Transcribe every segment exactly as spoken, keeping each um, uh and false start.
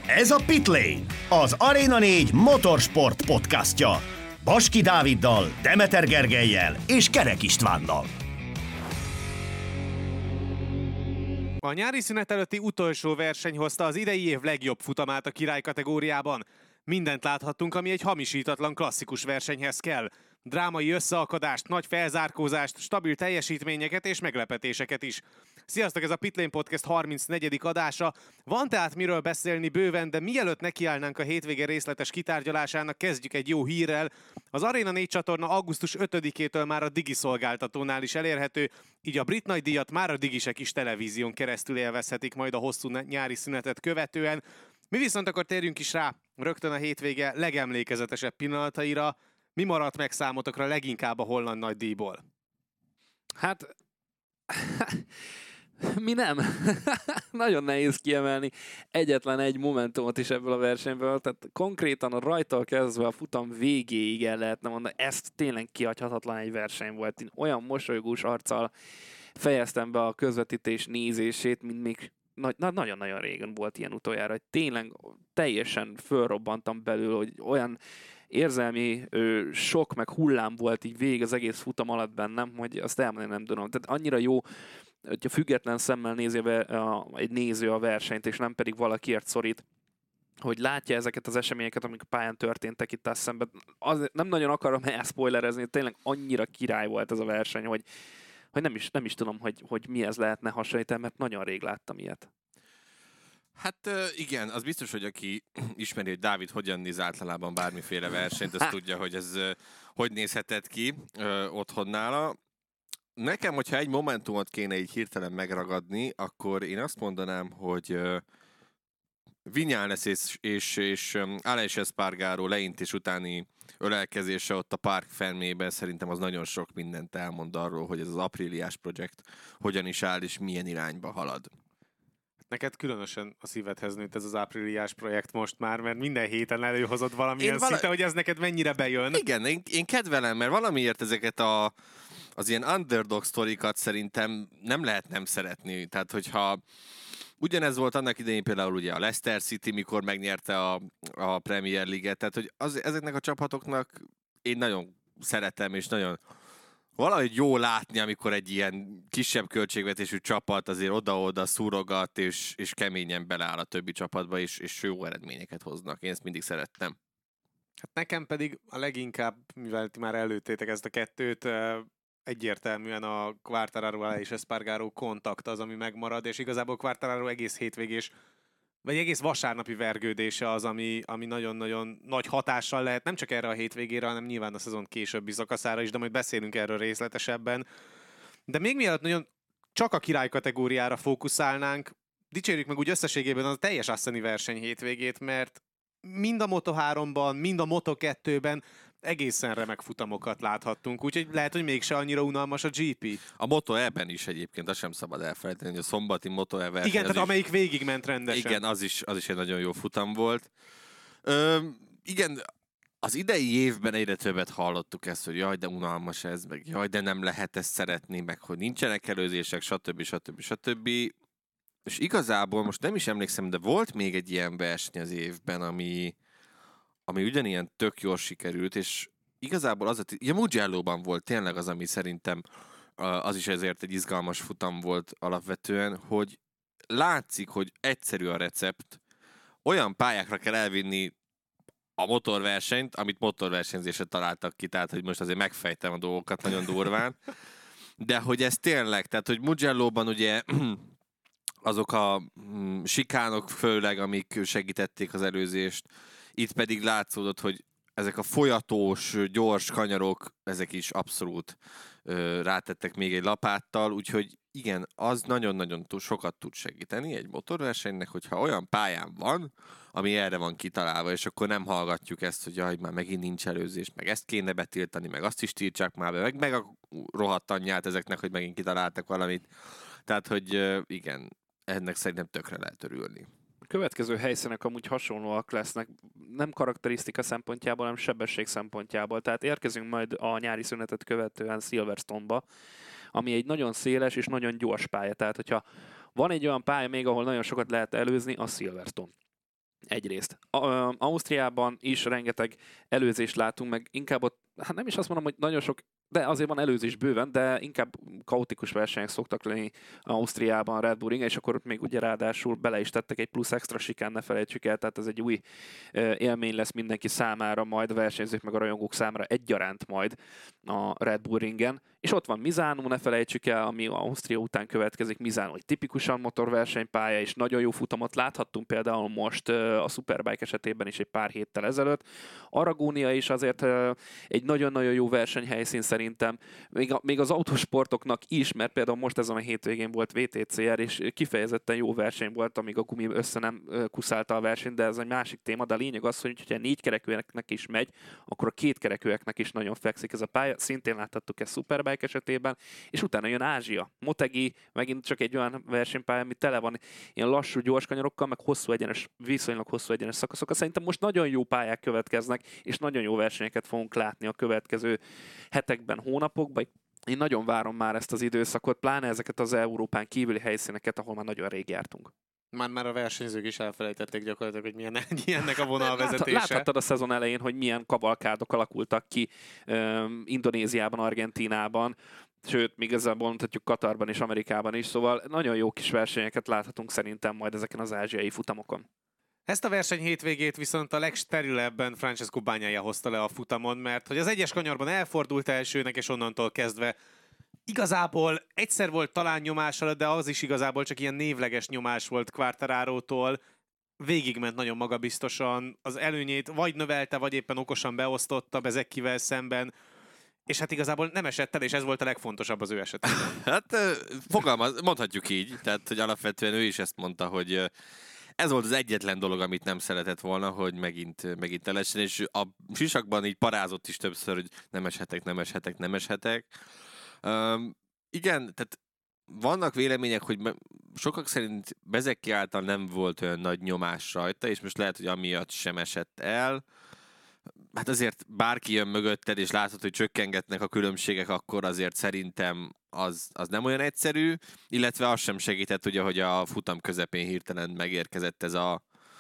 Ez a Pitlane, az Arena négy motorsport podcastja. Baski Dáviddal, Demeter Gergellyel és Kerek Istvánnal. A nyári szünet előtti utolsó verseny hozta az idei év legjobb futamát a király kategóriában. Mindent láthattunk, ami egy hamisítatlan klasszikus versenyhez kell. Drámai összeakadást, nagy felzárkózást, stabil teljesítményeket és meglepetéseket is. Sziasztok, ez a Pitlane Podcast harmincnegyedik adása. Van tehát miről beszélni bőven, de mielőtt nekiállnánk a hétvége részletes kitárgyalásának, kezdjük egy jó hírrel. Az Arena négy csatorna augusztus ötödikétől már a Digi szolgáltatónál is elérhető, így a brit nagydíjat már a digisek is televízión keresztül élvezhetik majd a hosszú nyári szünetet követően. Mi viszont akkor térjünk is rá rögtön a hétvége legemlékezetesebb pillanataira. Mi maradt meg számotokra leginkább a holland nagydíjból? Hát, mi nem. Nagyon nehéz kiemelni egyetlen egy momentumot is ebből a versenyből, tehát konkrétan a rajtól kezdve a futam végéig el lehetne mondani, ez tényleg kihagyhatatlan egy verseny volt. Én olyan mosolygós arccal fejeztem be a közvetítés nézését, mint még na- nagyon-nagyon régen volt ilyen utoljára, hogy tényleg teljesen fölrobbantam belül, hogy olyan érzelmi ö, sok meg hullám volt így végig az egész futam alatt bennem, hogy azt elmondani nem tudom. Tehát annyira jó, hogyha független szemmel nézi a, a, egy néző a versenyt, és nem pedig valakiért szorít, hogy látja ezeket az eseményeket, amik a pályán történtek itt eszembe. Az, nem nagyon akarom elszpoilerezni, tényleg annyira király volt ez a verseny, hogy, hogy nem, is, nem is tudom, hogy, hogy mi ez lehetne hasonlítani, mert nagyon rég láttam ilyet. Hát igen, az biztos, hogy aki ismeri, hogy Dávid hogyan néz általában bármiféle versenyt, az tudja, hogy ez hogy nézhetett ki otthon nála. Nekem, hogyha egy momentumot kéne így hirtelen megragadni, akkor én azt mondanám, hogy Viñales és, és, és Aleix Espargaró leintés utáni ölelkezése ott a park fermében szerintem az nagyon sok mindent elmond arról, hogy ez az Apriliás projekt hogyan is áll és milyen irányba halad. Neked különösen a szívedhez nőtt ez az Apriliás projekt most már, mert minden héten előhozod valamilyen vala... szinte, hogy ez neked mennyire bejön. Igen, én, én kedvelem, mert valamiért ezeket a, az ilyen underdog sztorikat szerintem nem lehet nem szeretni. Tehát, hogyha ugyanez volt annak idején például ugye a Leicester City, mikor megnyerte a, a Premier League-et, tehát hogy az, ezeknek a csapatoknak én nagyon szeretem, és nagyon valahogy jó látni, amikor egy ilyen kisebb költségvetésű csapat azért oda-oda szúrogat, és, és keményen beleáll a többi csapatba, és, és jó eredményeket hoznak. Én ezt mindig szerettem. Hát nekem pedig a leginkább, mivel ti már előttétek ezt a kettőt, egyértelműen a Quartararo és Espargaró kontakt az, ami megmarad, és igazából Quartararo egész hétvégés, vagy egész vasárnapi vergődése az, ami, ami nagyon-nagyon nagy hatással lehet, nem csak erre a hétvégére, hanem nyilván a szezon későbbi szakaszára is, de majd beszélünk erről részletesebben. De még mielőtt nagyon csak a király kategóriára fókuszálnánk, dicsérjük meg úgy összességében a teljes asszoni verseny hétvégét, mert mind a Moto háromban, mind a Moto kettőben egészen remek futamokat láthattunk, úgyhogy lehet, hogy mégse annyira unalmas a gé pé. A Moto E-ben is egyébként, azt sem szabad elfelejteni, hogy a szombati Moto E verseny. Igen, tehát is, amelyik végigment rendesen. Igen, az is, az is egy nagyon jó futam volt. Ö, igen, az idei évben egyre többet hallottuk ezt, hogy jaj, de unalmas ez, meg jaj, de nem lehet ezt szeretni, meg hogy nincsenek előzések, stb. stb. stb. És igazából most nem is emlékszem, de volt még egy ilyen verseny az évben, ami ami ugyanilyen tök jól sikerült, és igazából az a... Ja, Mugello-ban volt tényleg az, ami szerintem az is ezért egy izgalmas futam volt alapvetően, hogy látszik, hogy egyszerű a recept, olyan pályákra kell elvinni a motorversenyt, amit motorversenyzésre találtak ki, tehát hogy most azért megfejtem a dolgokat nagyon durván, de hogy ez tényleg, tehát hogy Mugello-ban ugye azok a sikánok főleg, amik segítették az előzést, itt pedig látszódott, hogy ezek a folyatós, gyors kanyarok, ezek is abszolút ö, rátettek még egy lapáttal, úgyhogy igen, az nagyon-nagyon sokat tud segíteni egy motorversenynek, hogyha olyan pályán van, ami erre van kitalálva, és akkor nem hallgatjuk ezt, hogy jaj, már megint nincs előzés, meg ezt kéne betiltani, meg azt is tiltsák már be, meg, meg a rohadt anyját ezeknek, hogy megint kitaláltak valamit. Tehát, hogy igen, ennek szerintem tökre lehet örülni. A következő helyszínek amúgy hasonlóak lesznek, nem karakterisztika szempontjából, hanem sebesség szempontjából. Tehát érkezünk majd a nyári szünetet követően Silverstone-ba, ami egy nagyon széles és nagyon gyors pálya. Tehát, hogyha van egy olyan pálya még, ahol nagyon sokat lehet előzni, a Silverstone. Egyrészt. A, Ausztriában is rengeteg előzést látunk, meg inkább ott, hát nem is azt mondom, hogy nagyon sok, de azért van előzés bőven, de inkább kaotikus versenyek szoktak lenni Ausztriában a Red Bull Ringen, és akkor ott még ugye ráadásul bele is tettek egy plusz extra sikán, ne felejtsük el, tehát ez egy új élmény lesz mindenki számára, majd a versenyzők meg a rajongók számára egyaránt majd a Red Bull Ringen. És ott van Misano, ne felejtsük el, ami Ausztria után következik. Misano egy tipikusan motorversenypálya, és nagyon jó futamot láthattunk például most a Superbike esetében is egy pár héttel ezelőtt. Aragónia is azért egy nagyon-nagyon jó versenyhelyszín szerintem, még, a, még az autósportoknak is, mert például most ezen a hétvégén volt vé té cé er, és kifejezetten jó verseny volt, amíg a gumi össze nem kuszálta a versenyt, de ez egy másik téma, de a lényeg az, hogy ha négy kerekűeknek is megy, akkor a két kerekűeknek is nagyon fekszik ez a pálya. Szintén láthattuk ezt Superbike esetében, és utána jön Ázsia. Motegi megint csak egy olyan versenypálya, ami tele van ilyen lassú, gyors kanyarokkal, meg hosszú egyenes, viszonylag hosszú egyenes szakaszokkal. Szerintem most nagyon jó pályák következnek, és nagyon jó versenyeket fogunk látni a következő hetekben, hónapokban. Én nagyon várom már ezt az időszakot, pláne ezeket az Európán kívüli helyszíneket, ahol már nagyon rég jártunk. Már, már a versenyzők is elfelejtették gyakorlatilag, hogy milyen ennek a vonalvezetése. Láthattad a szezon elején, hogy milyen kavalkádok alakultak ki um, Indonéziában, Argentínában, sőt, még ezzel mondhatjuk Katarban és Amerikában is, szóval nagyon jó kis versenyeket láthatunk szerintem majd ezeken az ázsiai futamokon. Ezt a verseny hétvégét viszont a legsterilebben Francesco Bagnaia hozta le a futamon, mert hogy az egyes kanyarban elfordult elsőnek, és onnantól kezdve igazából egyszer volt talán nyomás alatt, de az is igazából csak ilyen névleges nyomás volt Quartararótól. Végigment nagyon magabiztosan, az előnyét vagy növelte, vagy éppen okosan beosztotta Bezecchivel szemben, és hát igazából nem esett el, és ez volt a legfontosabb az ő esetében. Hát fogalmaz, mondhatjuk így, tehát hogy alapvetően ő is ezt mondta, hogy ez volt az egyetlen dolog, amit nem szeretett volna, hogy megint, megint elessen, és a sisakban így parázott is többször, hogy nem eshetek, nem eshetek, nem eshetek. Um, igen, tehát vannak vélemények, hogy sokak szerint Bezecchi által nem volt olyan nagy nyomás rajta, és most lehet, hogy amiatt sem esett el. Hát azért bárki jön mögötted, és látod, hogy csökkengetnek a különbségek, akkor azért szerintem az, az nem olyan egyszerű, illetve az sem segített, ugye, hogy a futam közepén hirtelen megérkezett ez a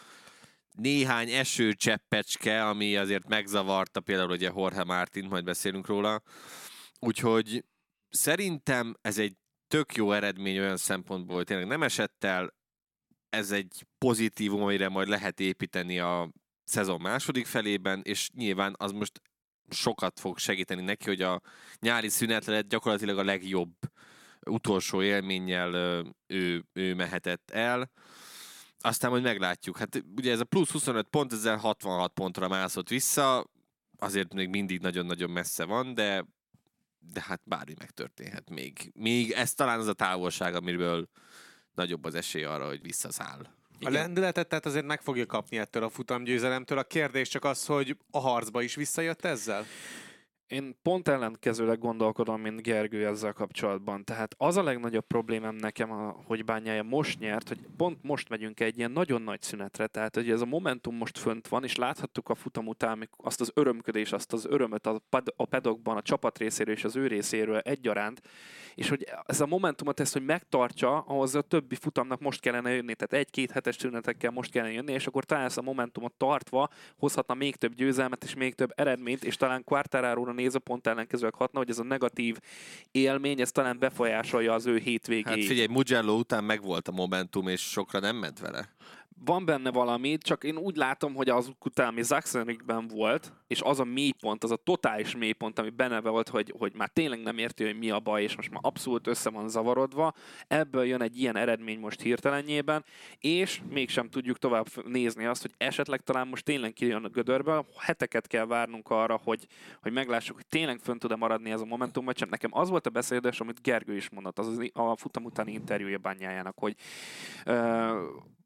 néhány esőcseppecske, ami azért megzavarta például ugye Jorge Martint, majd beszélünk róla. Úgyhogy szerintem ez egy tök jó eredmény olyan szempontból, hogy tényleg nem esett el, ez egy pozitívum, amire majd lehet építeni a szezon második felében, és nyilván az most sokat fog segíteni neki, hogy a nyári szünetet gyakorlatilag a legjobb utolsó élménnyel ő, ő mehetett el. Aztán majd meglátjuk. Hát ugye ez a plusz huszonöt pont, ezzel hatvanhat pontra mászott vissza, azért még mindig nagyon-nagyon messze van, de de hát bármi megtörténhet még. Még ez talán az a távolság, amiről nagyobb az esély arra, hogy visszaszáll. A lendületet tehát azért meg fogja kapni ettől a futamgyőzelemtől. A kérdés csak az, hogy a harcba is visszajött ezzel? Én pont ellenkezőleg gondolkodom, mint Gergő ezzel kapcsolatban. Tehát az a legnagyobb problémám nekem, hogy Bagnaia most nyert, hogy pont most megyünk egy ilyen nagyon nagy szünetre. Tehát, hogy ez a momentum most fönt van, és láthattuk a futam után azt az örömködés, azt az örömöt a, pad- a pedokban, a csapat részéről és az ő részéről egyaránt, és hogy ez a momentumot, ezt, hogy megtartsa, ahhoz a többi futamnak most kellene jönni, tehát egy-két hetes szünetekkel most kellene jönni, és akkor talán ezt a momentumot tartva hozhatna még több győzelmet és még több eredményt, és talán Quartararóra nézve pont ellenkezőleg hatna, hogy ez a negatív élmény, ez talán befolyásolja az ő hétvégéig. Hát figyelj, Mugello után megvolt a momentum, és sokra nem ment vele. Van benne valami, csak én úgy látom, hogy az után, ami Sachsenringben volt, és az a mélypont, az a totális mélypont, ami benne volt, hogy, hogy már tényleg nem érti, hogy mi a baj, és most már abszolút össze van zavarodva, ebből jön egy ilyen eredmény most hirtelenjében, és mégsem tudjuk tovább nézni azt, hogy esetleg talán most tényleg kijön a gödörből, heteket kell várnunk arra, hogy, hogy meglássuk, hogy tényleg fönn tud-e maradni ez a momentum, vagy sem. Nekem az volt a beszédes, amit Gergő is mondott, az a futam utáni interjúja Bagnáiának, hogy uh,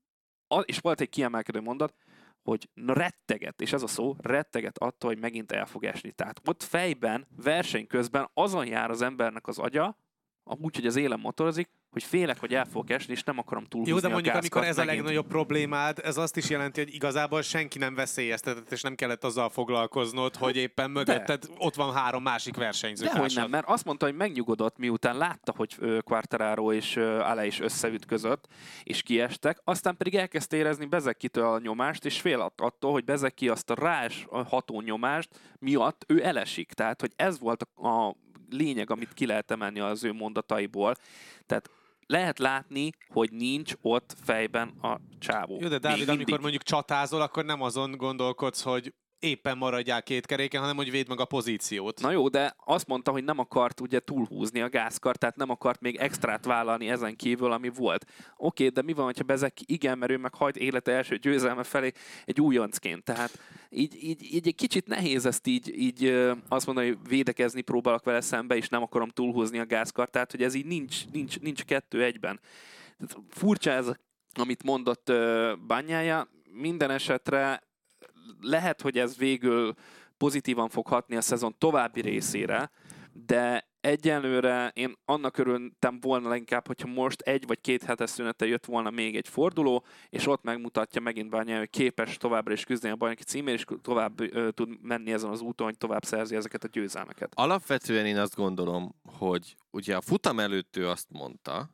és volt egy kiemelkedő mondat, hogy na retteget, és ez a szó, retteget attól, hogy megint el fog esni. Tehát ott fejben, verseny közben azon jár az embernek az agya, úgy, hogy az élen motorozik, hogy félek, hogy el fogok esni, és nem akarom túlhúzni Jó, de a mondjuk, gázkart amikor ez a megint. legnagyobb problémád, ez azt is jelenti, hogy igazából senki nem veszélyeztetett, és nem kellett azzal foglalkoznod, hogy éppen mögötted ott van három másik versenyző. Dehogy nem, mert azt mondta, hogy megnyugodott, miután látta, hogy Quartararo és Ale is összeütközött, és kiestek, aztán pedig elkezdte érezni Bezekkitől a nyomást, és fél attól, hogy Bezeki azt a rás ható nyomást miatt ő elesik. Tehát, hogy ez volt a lényeg, amit ki lehet emelni az ő mondataiból. Tehát lehet látni, hogy nincs ott fejben a csávó. Jó, de Dávid, Még amikor mindig. mondjuk csatázol, akkor nem azon gondolkodsz, hogy éppen maradjál két keréken, hanem hogy védd meg a pozíciót. Na jó, de azt mondta, hogy nem akart ugye túlhúzni a gázkart, tehát nem akart még extrát vállalni ezen kívül, ami volt. Oké, de mi van, hogyha Bezeki igen, mert ő meg hajt élete első győzelme felé egy újoncként. Tehát így, így, így egy kicsit nehéz ezt így, így azt mondani, hogy védekezni próbálok vele szembe, és nem akarom túlhúzni a gázkart, tehát hogy ez így nincs, nincs, nincs kettő egyben. Tehát furcsa ez, amit mondott Bagnaia, minden esetre lehet, hogy ez végül pozitívan fog hatni a szezon további részére, de egyelőre én annak örültem volna leginkább, hogyha most egy vagy két hetes szünete jött volna még egy forduló, és ott megmutatja megint Bagnaia, hogy képes továbbra is küzdeni a bajnoki címért, és tovább ö, tud menni ezen az úton, hogy tovább szerzi ezeket a győzelmeket. Alapvetően én azt gondolom, hogy ugye a futam előtt ő azt mondta,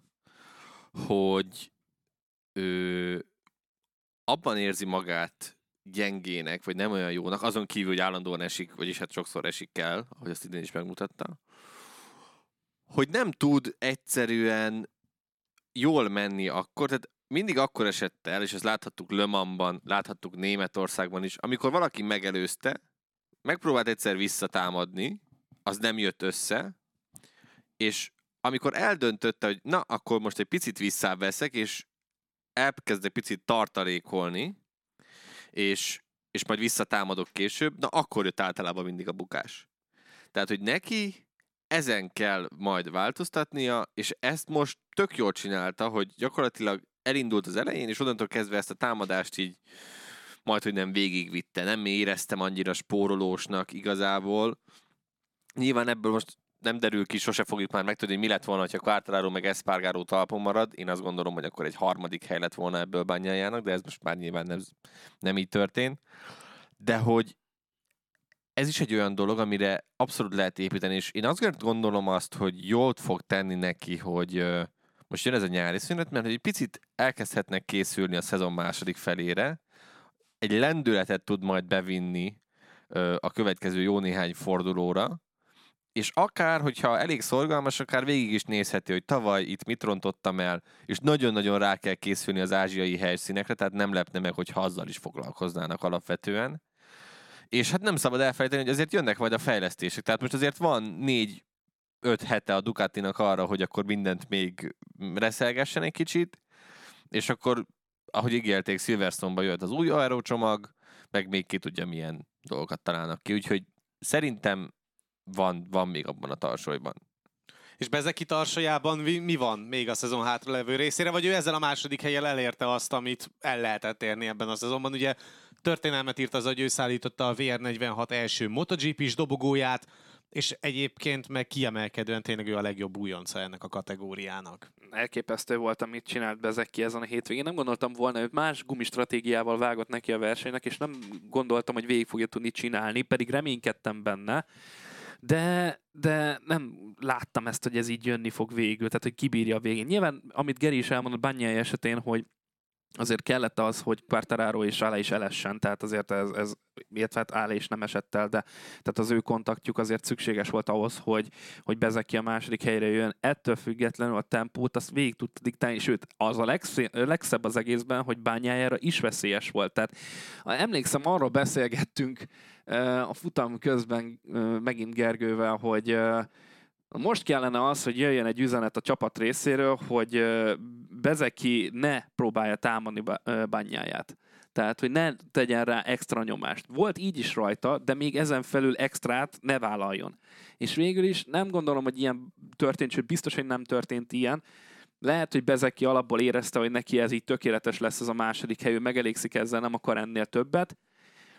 hogy ő abban érzi magát gyengének, vagy nem olyan jónak, azon kívül, hogy állandóan esik, vagyis hát sokszor esik el, ahogy azt idén is megmutatta, hogy nem tud egyszerűen jól menni akkor, tehát mindig akkor esett el, és ezt láthattuk Le Mansban, láthattuk Németországban is, amikor valaki megelőzte, megpróbált egyszer visszatámadni, az nem jött össze, és amikor eldöntötte, hogy na, akkor most egy picit visszaveszek, és elkezdek picit tartalékolni, és, és majd visszatámadok később, na akkor jött általában mindig a bukás. Tehát, hogy neki ezen kell majd változtatnia, és ezt most tök jól csinálta, hogy gyakorlatilag elindult az elején, és onnantól kezdve ezt a támadást így majd, hogy nem végigvitte. Nem éreztem annyira spórolósnak igazából. Nyilván ebből most nem derül ki, sose fogjuk már megtudni, mi lett volna, ha Quartararo meg Espargaró talpon marad. Én azt gondolom, hogy akkor egy harmadik hely lett volna ebből Bagnaiának, de ez most már nyilván nem, nem így történt. De hogy ez is egy olyan dolog, amire abszolút lehet építeni, és én azt gondolom azt, hogy jól fog tenni neki, hogy most jön ez a nyári szünet, mert egy picit elkezdhetnek készülni a szezon második felére, egy lendületet tud majd bevinni a következő jó néhány fordulóra, és akár, hogyha elég szorgalmas, akár végig is nézheti, hogy tavaly itt mit rontottam el, és nagyon-nagyon rá kell készülni az ázsiai helyszínekre, tehát nem lepne meg, hogyha azzal is foglalkoznának alapvetően. És hát nem szabad elfelejteni, hogy azért jönnek majd a fejlesztések. Tehát most azért van négy-öt hete a Ducatinak arra, hogy akkor mindent még reszelgessen egy kicsit, és akkor, ahogy ígérték, Silverstone-ba jött az új aerocsomag, meg még ki tudja, milyen dolgokat találnak ki. Úgyhogy szerintem van, van még abban a tarsolyban. És Bezeki tarsajában mi van még a szezon hátralevő részére, vagy ő ezzel a második hellyel elérte azt, amit el lehetett érni ebben a szezonban? Ugye történelmet írt az, hogy ő szállította a vé er negyvenhat első MotoGP-s dobogóját, és egyébként meg kiemelkedően tényleg ő a legjobb újonca ennek a kategóriának. Elképesztő volt, amit csinált Bezeki ezen a hétvégén. Nem gondoltam volna, hogy más gumistratégiával vágott neki a versenynek, és nem gondoltam, hogy végig fogja tudni csinálni, pedig reménykedtem benne. De, de nem láttam ezt, hogy ez így jönni fog végül, tehát hogy kibírja a végén. Nyilván, amit Geri is elmondott Bagnaia esetén, hogy azért kellett az, hogy Quartararo és Ale is elessen, tehát azért ez, ez illetve hát Ale is nem esett el, de tehát az ő kontaktjuk azért szükséges volt ahhoz, hogy, hogy Bezeki a második helyre jön. Ettől függetlenül a tempót azt végig tudta diktálni, sőt, az a legszé- legszebb az egészben, hogy Bagnaiára is veszélyes volt. Tehát emlékszem, arról beszélgettünk a futam közben megint Gergővel, hogy most kellene az, hogy jöjjön egy üzenet a csapat részéről, hogy Bezeki ne próbálja támadni Bagnaiát. Tehát, hogy ne tegyen rá extra nyomást. Volt így is rajta, de még ezen felül extrát ne vállaljon. És végül is nem gondolom, hogy ilyen történt, sőt biztos, hogy nem történt ilyen. Lehet, hogy Bezeki alapból érezte, hogy neki ez így tökéletes lesz ez a második hely, ő megelégszik ezzel, nem akar ennél többet.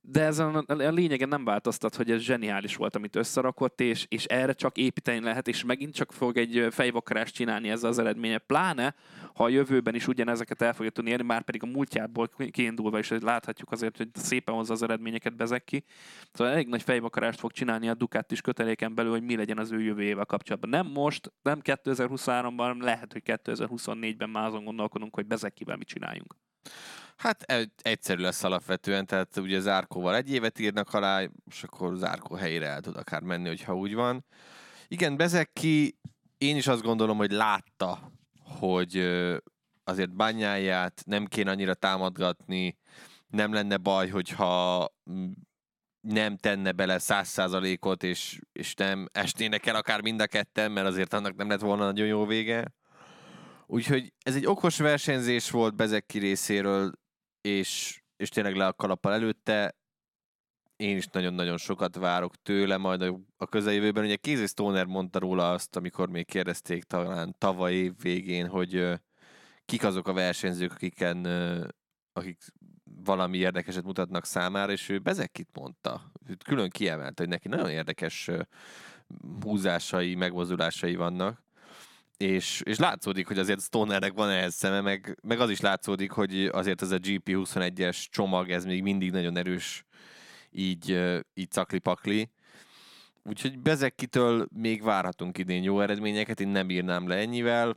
De ezen a lényegen nem változtat, hogy ez zseniális volt, amit összerakott, és, és erre csak építeni lehet, és megint csak fog egy fejvakarást csinálni ezzel az eredménye. Pláne, ha a jövőben is ugyanezeket el fogja tudni érni, már pedig a múltjából kiindulva is láthatjuk azért, hogy szépen hozza az eredményeket Bezeki. Szóval elég nagy fejvakarást fog csinálni a Ducati is köteléken belül, hogy mi legyen az ő jövőjével kapcsolatban. Nem most, nem kétezer-huszonháromban, hanem lehet, hogy kétezer-huszonnégyben már azon gondolkodunk, hogy Bezekivel mit csináljunk. Hát egyszerű lesz alapvetően, tehát ugye Zarcóval egy évet írnak alá, és akkor Zarcó helyére el tud akár menni, hogyha úgy van. Igen, Bezeki, én is azt gondolom, hogy látta, hogy azért Bagnaia-t nem kéne annyira támadgatni, nem lenne baj, hogyha nem tenne bele száz százalékot, és, és nem esnének el akár mind a ketten, mert azért annak nem lett volna nagyon jó vége. Úgyhogy ez egy okos versenyzés volt Bezeki részéről, és, és tényleg le a kalappal előtte. Én is nagyon-nagyon sokat várok tőle majd a, a közeljövőben. Ugye Casey Stoner mondta róla azt, amikor még kérdezték talán tavaly év végén, hogy uh, kik azok a versenyzők, akiken, uh, akik valami érdekeset mutatnak számára, és ő Bezekit mondta. Őt külön kiemelte, hogy neki nagyon érdekes uh, húzásai, megmozdulásai vannak. És, és látszódik, hogy azért Stonernek van ehhez szeme, meg, meg az is látszódik, hogy azért ez a gé pé huszonegyes csomag, ez még mindig nagyon erős, így, így cakli-pakli. Úgyhogy Bezekitől még várhatunk idén jó eredményeket, én nem írnám le ennyivel.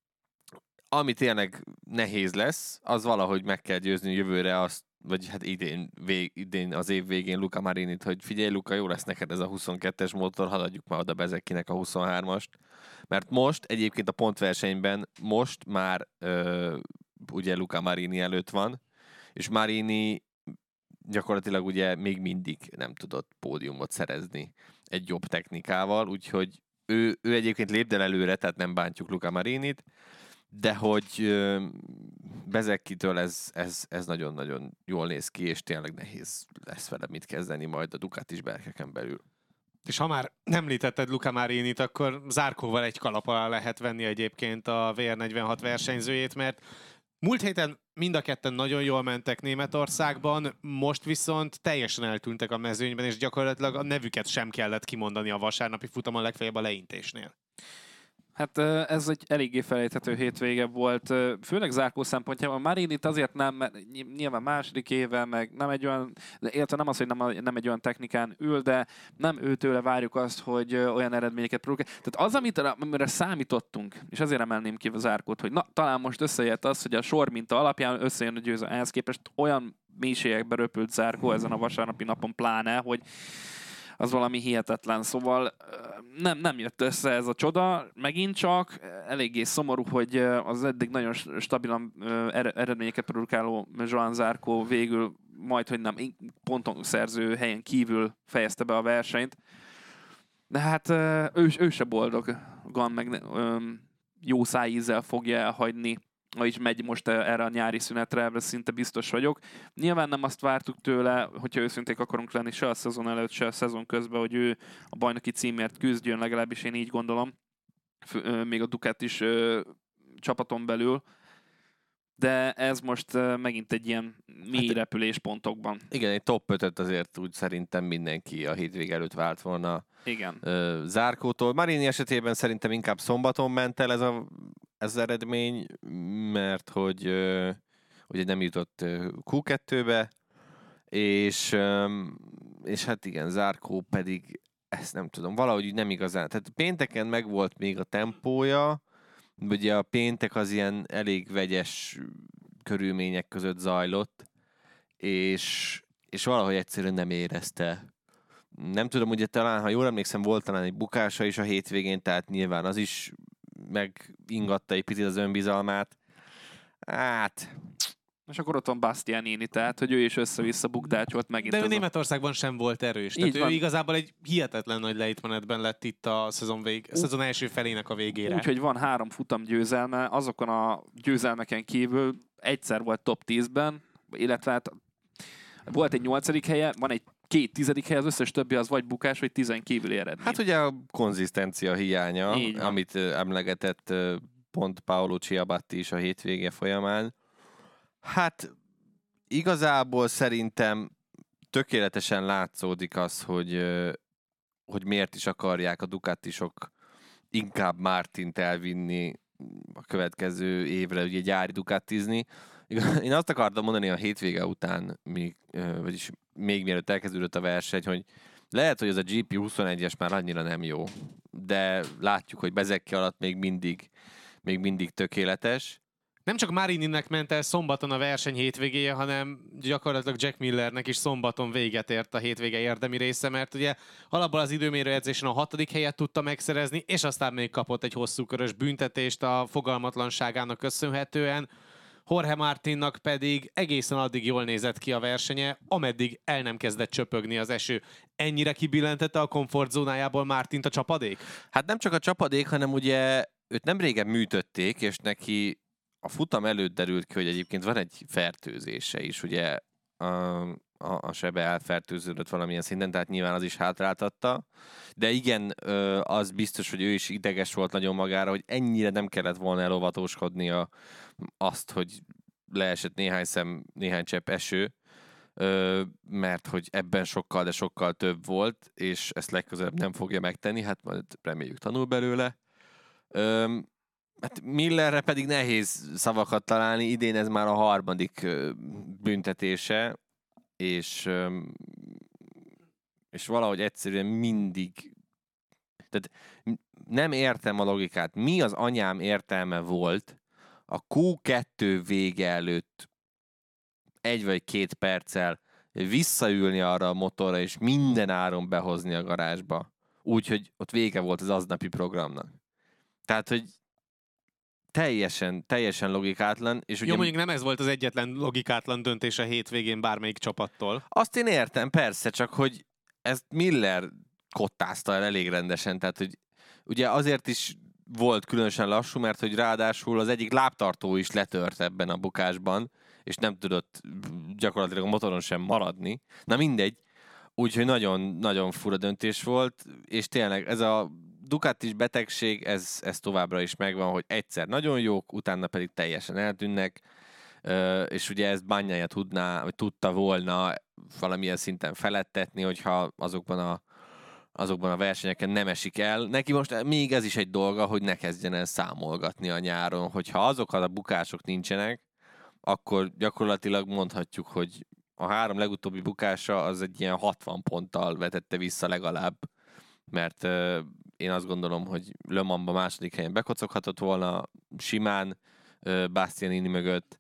Ami tényleg nehéz lesz, az valahogy meg kell győzni jövőre azt, vagy hát idén, vég, idén az év végén Luca Marinit, hogy figyelj Luca, jó lesz neked ez a huszonkettes motor, hadd adjuk már oda Bezekinek a huszonhármast. Mert most egyébként a pontversenyben most már ö, ugye Luca Marini előtt van, és Marini gyakorlatilag ugye még mindig nem tudott pódiumot szerezni egy jobb technikával, úgyhogy ő, ő egyébként lépdel előre, tehát nem bántjuk Luca Marinit, de hogy ö, Bezekitől ez, ez, ez nagyon-nagyon jól néz ki, és tényleg nehéz lesz vele mit kezdeni majd a Ducatis berkeken belül. És ha már említetted Luca Marinit, akkor Zarcóval egy kalap alá lehet venni egyébként a vé er negyvenhat versenyzőjét, mert múlt héten mind a ketten nagyon jól mentek Németországban, most viszont teljesen eltűntek a mezőnyben, és gyakorlatilag a nevüket sem kellett kimondani a vasárnapi futamon, legfeljebb a leintésnél. Hát ez egy eléggé felejthető hétvége volt, főleg Zarcó szempontjából. Marinit azért nem, mert nyilván második éve, meg nem egy olyan, illetve nem az, hogy nem, nem egy olyan technikán ül, de nem őtőle várjuk azt, hogy olyan eredményeket próbáljuk. Tehát az, amit, amire számítottunk, és azért emelném ki a Zarcót, hogy na, talán most összejött az, hogy a sor minta alapján összejön a győző. Ehhez képest olyan mélységekbe röpült Zarcó ezen a vasárnapi napon pláne, hogy az valami hihetetlen, szóval nem, nem jött össze ez a csoda, megint csak eléggé szomorú, hogy az eddig nagyon stabilan eredményeket produkáló Joan Zarcó végül majd, hogy nem ponton szerző helyen kívül fejezte be a versenyt, de hát ő, ő se boldog, Gan meg jó szájízzel fogja elhagyni, is megy most erre a nyári szünetre, ebben szinte biztos vagyok. Nyilván nem azt vártuk tőle, hogyha őszinték akarunk lenni, se a szezon előtt, se a szezon közben, hogy ő a bajnoki címért küzdjön, legalábbis én így gondolom, még a Ducati is csapaton belül. De ez most megint egy ilyen mély hát, repülés pontokban. Igen, egy top ötöt azért úgy szerintem mindenki a hétvég előtt vált volna igen. Zarcótól. Marini esetében szerintem inkább szombaton ment el ez, a, ez az eredmény, mert hogy ugye nem jutott kú kettőbe, és, és hát igen, Zarcó pedig ezt nem tudom, valahogy nem igazán. Tehát pénteken megvolt még a tempója, ugye a péntek az ilyen elég vegyes körülmények között zajlott, és, és valahogy egyszerűen nem érezte. Nem tudom, ugye talán, ha jól emlékszem, volt talán egy bukása is a hétvégén, tehát nyilván az is megingatta egy picit az önbizalmát. Hát... És akkor ott van Bastianini, tehát, hogy ő is össze-vissza bukdácsolt megint. De ő Németországban a... sem volt erős. Tehát Így ő van. Igazából egy hihetetlen nagy lejtmenetben lett itt a szezon, vég... a szezon első felének a végére. Úgyhogy van három futam győzelme, azokon a győzelmeken kívül egyszer volt top tízben, illetve hát volt egy nyolcadik helye, van egy két tizedik hely, az összes többi az vagy bukás, vagy tizen kívüli eredmény. Hát ugye a konzisztencia hiánya, amit emlegetett pont Paolo Ciabatti is a hétvége folyamán. Hát igazából szerintem tökéletesen látszódik az, hogy, hogy miért is akarják a Ducatisok inkább Martint elvinni a következő évre, ugye gyári Ducatizni. Én azt akartam mondani a hétvége után, még, vagyis még mielőtt elkezdődött a verseny, hogy lehet, hogy ez a gé pé huszonegyes már annyira nem jó, de látjuk, hogy Bezecchi alatt még mindig, még mindig tökéletes. Nem csak Marininek ment el szombaton a verseny hétvégéje, hanem gyakorlatilag Jack Millernek is szombaton véget ért a hétvége érdemi része, mert ugye alapból az időmérő edzésen a hatodik helyet tudta megszerezni, és aztán még kapott egy hosszú körös büntetést a fogalmatlanságának köszönhetően. Jorge Martinnak pedig egészen addig jól nézett ki a versenye, ameddig el nem kezdett csöpögni az eső. Ennyire kibillentette a komfortzónájából Martint a csapadék? Hát nem csak a csapadék, hanem ugye őt nem régen műtötték, és neki a futam előtt derült ki, hogy egyébként van egy fertőzése is, ugye a, a, a sebe elfertőződött valamilyen szinten, tehát nyilván az is hátráltatta. De igen, az biztos, hogy ő is ideges volt nagyon magára, hogy ennyire nem kellett volna elovatóskodnia azt, hogy leesett néhány szem, néhány csepp eső, mert hogy ebben sokkal, de sokkal több volt, és ezt legközelebb nem fogja megtenni, hát majd reméljük tanul belőle. Hát Millerre pedig nehéz szavakat találni, idén ez már a harmadik büntetése, és, és valahogy egyszerűen mindig, tehát nem értem a logikát. Mi az anyám értelme volt a kú kettő vége előtt egy vagy két perccel visszaülni arra a motorra, és minden áron behozni a garázsba. Úgyhogy ott vége volt az aznapi programnak. Tehát, hogy teljesen, teljesen logikátlan. És Jó, ugye mondjuk nem ez volt az egyetlen logikátlan döntés a hétvégén bármelyik csapattól. azt én értem, persze, csak hogy ezt Miller kottázta el elég rendesen, tehát, hogy ugye azért is volt különösen lassú, mert hogy ráadásul az egyik lábtartó is letört ebben a bukásban, és nem tudott gyakorlatilag a motoron sem maradni. Na mindegy, úgyhogy nagyon-nagyon fura döntés volt, és tényleg ez a Ducatis betegség, ez, ez továbbra is megvan, hogy egyszer nagyon jók, utána pedig teljesen eltűnnek, és ugye ezt Bagnaia tudná, vagy tudta volna valamilyen szinten felettetni, hogyha azokban a, azokban a versenyeken nem esik el. Neki most még ez is egy dolga, hogy ne kezdjen el számolgatni a nyáron, hogyha azok a bukások nincsenek, akkor gyakorlatilag mondhatjuk, hogy a három legutóbbi bukása az egy ilyen hatvan ponttal vetette vissza legalább, mert euh, én azt gondolom, hogy Le Mansban második helyen bekocoghatott volna simán euh, Bastianini mögött.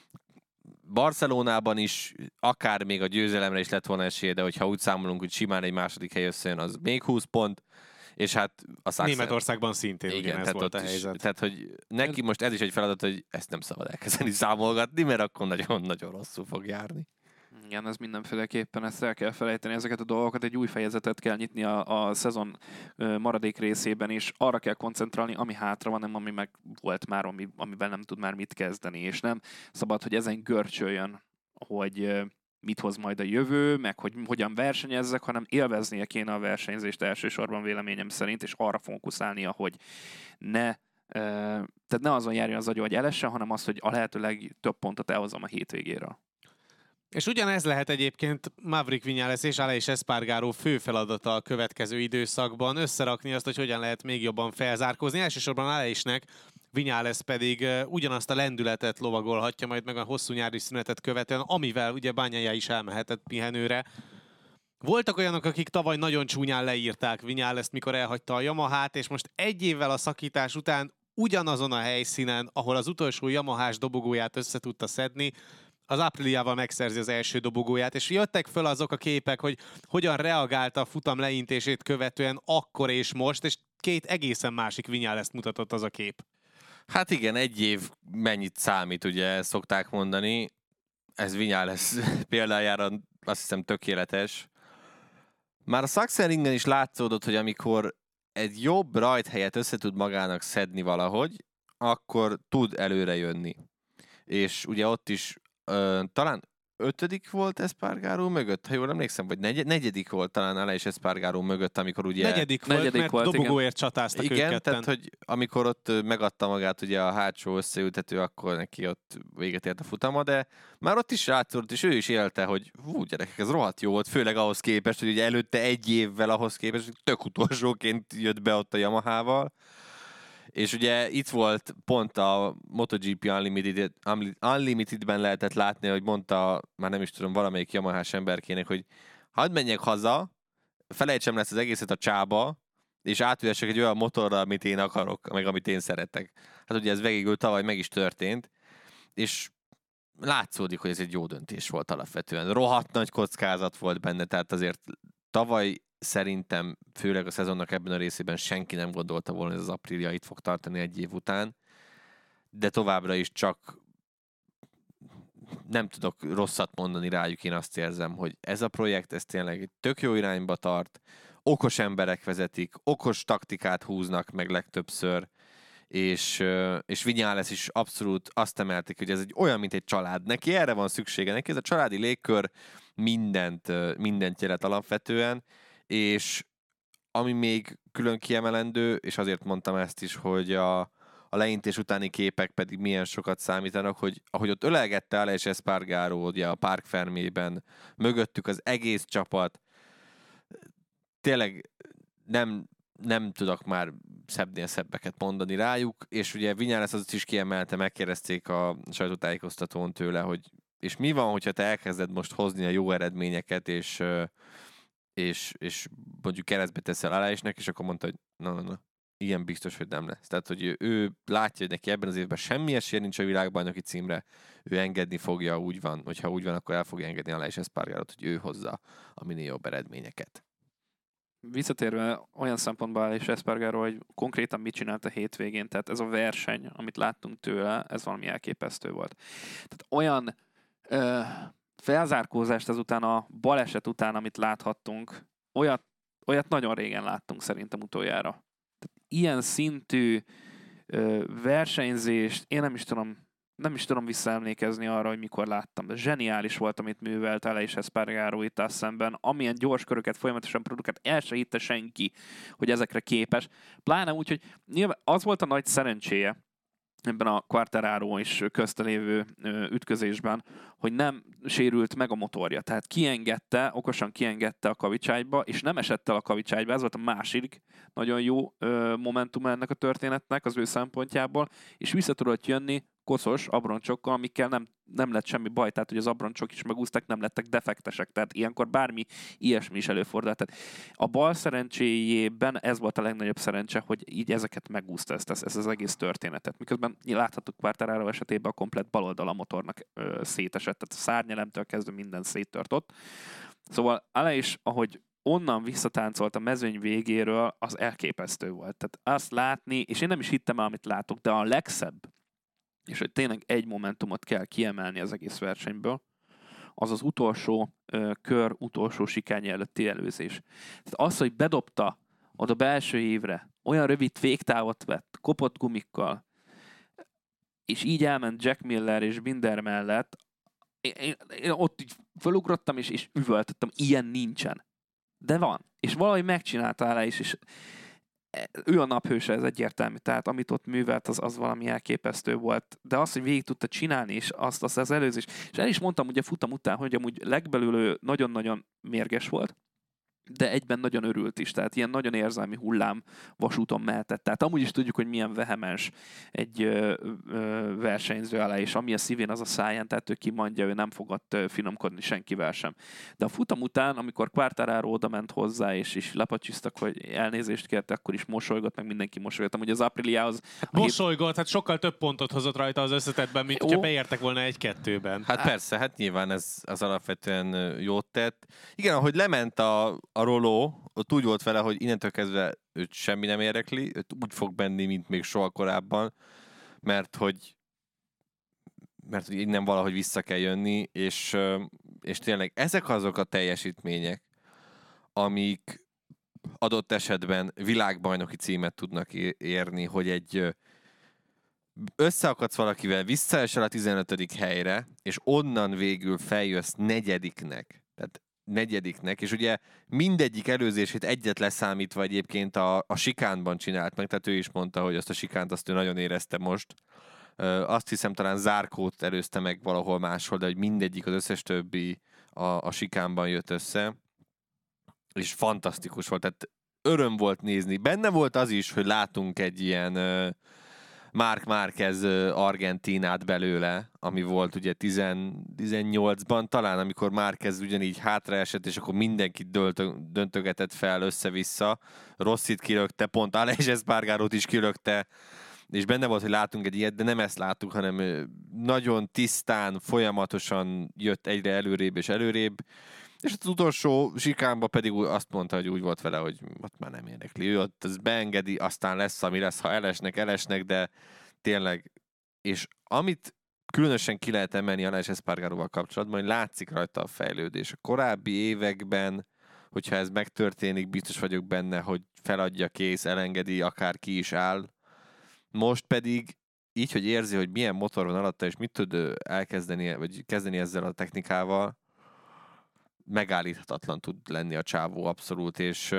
Barcelonában is akár még a győzelemre is lett volna esélye, de hogyha úgy számolunk, hogy simán egy második hely összejön, az még húsz pont, és hát a Sachsen... Németországban szintén igen, ugyanez tehát volt a is, helyzet. Tehát, hogy neki most ez is egy feladat, hogy ezt nem szabad elkezdeni számolgatni, mert akkor nagyon-nagyon rosszul fog járni. Igen, ez mindenféleképpen, ezt el kell felejteni, ezeket a dolgokat, egy új fejezetet kell nyitni a, a szezon maradék részében, és arra kell koncentrálni, ami hátra van, nem ami meg volt már, ami, amivel nem tud már mit kezdeni, és nem szabad, hogy ezen görcsöljön, hogy mit hoz majd a jövő, meg hogy hogyan versenyezzek, hanem élveznie kéne a versenyzést elsősorban véleményem szerint, és arra fókuszálnia, hogy ne, tehát ne azon járjon az agyó, hogy elessen, hanem az, hogy a lehető legtöbb pontot elhozom a hétvégére. És ugyanez lehet egyébként Maverick Viñales és Aleix Espargaró fő feladata a következő időszakban, összerakni azt, hogy hogyan lehet még jobban felzárkózni. Elsősorban Aleixnek, Viñales pedig uh, ugyanazt a lendületet lovagolhatja majd meg a hosszú nyári szünetet követően, amivel ugye Bagnaia is elmehetett pihenőre. Voltak olyanok, akik tavaly nagyon csúnyán leírták Viñalest, mikor elhagyta a Yamahát, és most egy évvel a szakítás után ugyanazon a helyszínen, ahol az utolsó Yamahás dobogóját össze tudta szedni, az Apriliával megszerzi az első dobogóját, és jöttek föl azok a képek, hogy hogyan reagálta a futam leintését követően akkor és most, és két egészen másik Viñalest mutatott az a kép. Hát igen, egy év mennyit számít, ugye szokták mondani. Ez Viñales példájára azt hiszem tökéletes. Már a Sachsenringen is látszódott, hogy amikor egy jobb rajthelyet össze tud magának szedni valahogy, akkor tud előre jönni. És ugye ott is Ö, talán ötödik volt Espargaró mögött, ha jól emlékszem, vagy negy- negyedik volt talán Aleix Espargaró mögött, amikor ugye... Negyedik volt, negyedik mert volt, dobogóért csatáztak igen, ők ketten. tehát, hogy amikor ott megadta magát ugye a hátsó összeültető, akkor neki ott véget ért a futama, de már ott is látszott, és ő is élte, hogy hú, gyerekek, ez rohadt jó volt, főleg ahhoz képest, hogy ugye előtte egy évvel ahhoz képest, hogy tök utolsóként jött be ott a Yamahával. És ugye itt volt pont a MotoGP Unlimited, Unlimitedben lehetett látni, hogy mondta, már nem is tudom, valamelyik Yamahás emberkének, hogy hadd menjek haza, felejtsem lesz az egészet a csába, és átülhessek egy olyan motorra, amit én akarok, meg amit én szeretek. Hát ugye ez végigül tavaly meg is történt, és látszódik, hogy ez egy jó döntés volt alapvetően. Rohadt nagy kockázat volt benne, tehát azért tavaly szerintem, főleg a szezonnak ebben a részében senki nem gondolta volna, hogy ez az Aprilia itt fog tartani egy év után, de továbbra is csak nem tudok rosszat mondani rájuk, én azt érzem, hogy ez a projekt, ez tényleg tök jó irányba tart, okos emberek vezetik, okos taktikát húznak meg legtöbbször, és, és Viñales is abszolút azt emelték, hogy ez egy olyan, mint egy család. Neki erre van szüksége, neki ez a családi légkör mindent, mindent jelent alapvetően, és ami még külön kiemelendő, és azért mondtam ezt is, hogy a, a leintés utáni képek pedig milyen sokat számítanak, hogy ahogy ott ölelgette Aleix Espargaró ugye a Parc Fermében, mögöttük az egész csapat, tényleg nem, nem tudok már szebbnél szebbeket mondani rájuk, és ugye Viñales azt is kiemelte, megkérdezték a sajtótájékoztatón tőle, hogy és mi van, hogyha te elkezded most hozni a jó eredményeket, és és, és mondjuk keresztbe teszel Aleixnek, és akkor mondta, hogy na, na, na, ilyen biztos, hogy nem lesz. Tehát, hogy ő, ő látja, hogy neki ebben az évben semmi esélye nincs a világbajnoki címre, ő engedni fogja, úgy van, hogyha úgy van, akkor el fogja engedni Aleix Espargarót, hogy ő hozza a minél jobb eredményeket. Visszatérve olyan szempontból Aleix Espargaró, hogy konkrétan mit csinált a hétvégén, tehát ez a verseny, amit láttunk tőle, ez valami elképesztő volt. Tehát olyan ö, felzárkózást ezután a baleset után, amit láthattunk, olyat, olyat nagyon régen láttunk szerintem utoljára. Tehát ilyen szintű ö, versenyzést, én nem is tudom, nem is tudom visszaemlékezni arra, hogy mikor láttam, de zseniális volt, amit művelt Aleix Espargaró itt szemben, amilyen gyors köröket folyamatosan produkált, el se hitte senki, hogy ezekre képes. Pláne úgy, hogy nyilván az volt a nagy szerencséje ebben a Quartararo és közte lévő ütközésben, hogy nem sérült meg a motorja. Tehát kiengedte, okosan kiengedte a kavicságyba, és nem esett el a kavicságyba. Ez volt a másik nagyon jó momentum ennek a történetnek az ő szempontjából, és vissza tudott jönni koszos abroncsokkal, amikkel nem, nem lett semmi baj, tehát hogy az abroncsok is megúztak, nem lettek defektesek, tehát ilyenkor bármi ilyesmi is előfordult. Tehát a bal szerencséjében ez volt a legnagyobb szerencse, hogy így ezeket megúzta ezt, ezt, ezt az egész történetet. Miközben láthattuk Quartararo esetében a komplett baloldal a motornak ö, szétesett, tehát a szárnyelemtől kezdve minden széttört ott. Szóval Aleix, ahogy onnan visszatáncolt a mezőny végéről, az elképesztő volt. Tehát azt látni, és én nem is hittem el, amit látok, de a legszebb, és hogy tényleg egy momentumot kell kiemelni az egész versenyből, az az utolsó ö, kör, utolsó sikány előtti előzés. Tehát az, hogy bedobta oda belső évre, olyan rövid végtávot vett, kopott gumikkal, és így elment Jack Miller és Binder mellett, én, én, én ott így felugrottam, és, és üvöltöttem, ilyen nincsen. De van. És valahogy megcsinálta le is, és ő a naphőse, ez egyértelmű. Tehát amit ott művelt, az, az valami elképesztő volt. De azt, hogy végig tudta csinálni, és azt, azt az előzés. És el is mondtam ugye futam után, hogy amúgy legbelül ő nagyon-nagyon mérges volt, de egyben nagyon örült is, tehát ilyen nagyon érzelmi hullám vasúton mehetett. Tehát amúgy is tudjuk, hogy milyen vehemens egy ö, ö, versenyző alá, és ami a szívén, az a száján, tehát ő kimondja, ő nem fogott finomkodni senkivel sem. De a futam után, amikor Quartararo oda ment hozzá, és is lepacsisztak, hogy elnézést kérte, akkor is mosolygott, meg mindenki mosolygott. Amúgy az Apriliához... Hát mosolygott, hát sokkal több pontot hozott rajta az összetettben, mint hogyha beértek volna egy-kettőben. Hát persze, hát nyilván ez az alapvetően jót tett. Igen, ahogy lement a A Roló, ott úgy volt vele, hogy innentől kezdve őt semmi nem érdekli, őt úgy fog benni, mint még soha korábban, mert hogy mert hogy innen valahogy vissza kell jönni, és, és tényleg ezek azok a teljesítmények, amik adott esetben világbajnoki címet tudnak érni, hogy egy összeakadsz valakivel, visszaesel a tizenötödik helyre, és onnan végül feljössz negyediknek. Tehát negyediknek, és ugye mindegyik előzését egyet leszámítva egyébként a, a sikánban csinált meg, tehát ő is mondta, hogy azt a sikánt azt ő nagyon érezte most. Ö, azt hiszem talán Zárkót előzte meg valahol máshol, de hogy mindegyik, az összes többi a, a sikánban jött össze, és fantasztikus volt, tehát öröm volt nézni. Benne volt az is, hogy látunk egy ilyen ö, Marc Márquez Argentínát belőle, ami volt ugye tíz tizennyolcban talán, amikor Márquez ugyanígy hátraesett, és akkor mindenkit dölt, döntögetett fel össze-vissza. Rossit kilökte, pont Aleix Espargarót is kilökte, és benne volt, hogy látunk egy ilyet, de nem ezt láttuk, hanem nagyon tisztán, folyamatosan jött egyre előrébb és előrébb, és az utolsó sikánban pedig azt mondta, hogy úgy volt vele, hogy ott már nem érdekli. Ő ott az beengedi, aztán lesz, ami lesz, ha elesnek, elesnek, de tényleg. És amit különösen ki lehet emelni Aleix Espargaróval kapcsolatban, hogy látszik rajta a fejlődés. A korábbi években, hogyha ez megtörténik, biztos vagyok benne, hogy feladja, kész, elengedi, akár ki is áll. Most pedig így, hogy érzi, hogy milyen motor van alatta, és mit tud elkezdeni, vagy kezdeni ezzel a technikával, megállíthatatlan tud lenni a csávó abszolút, és,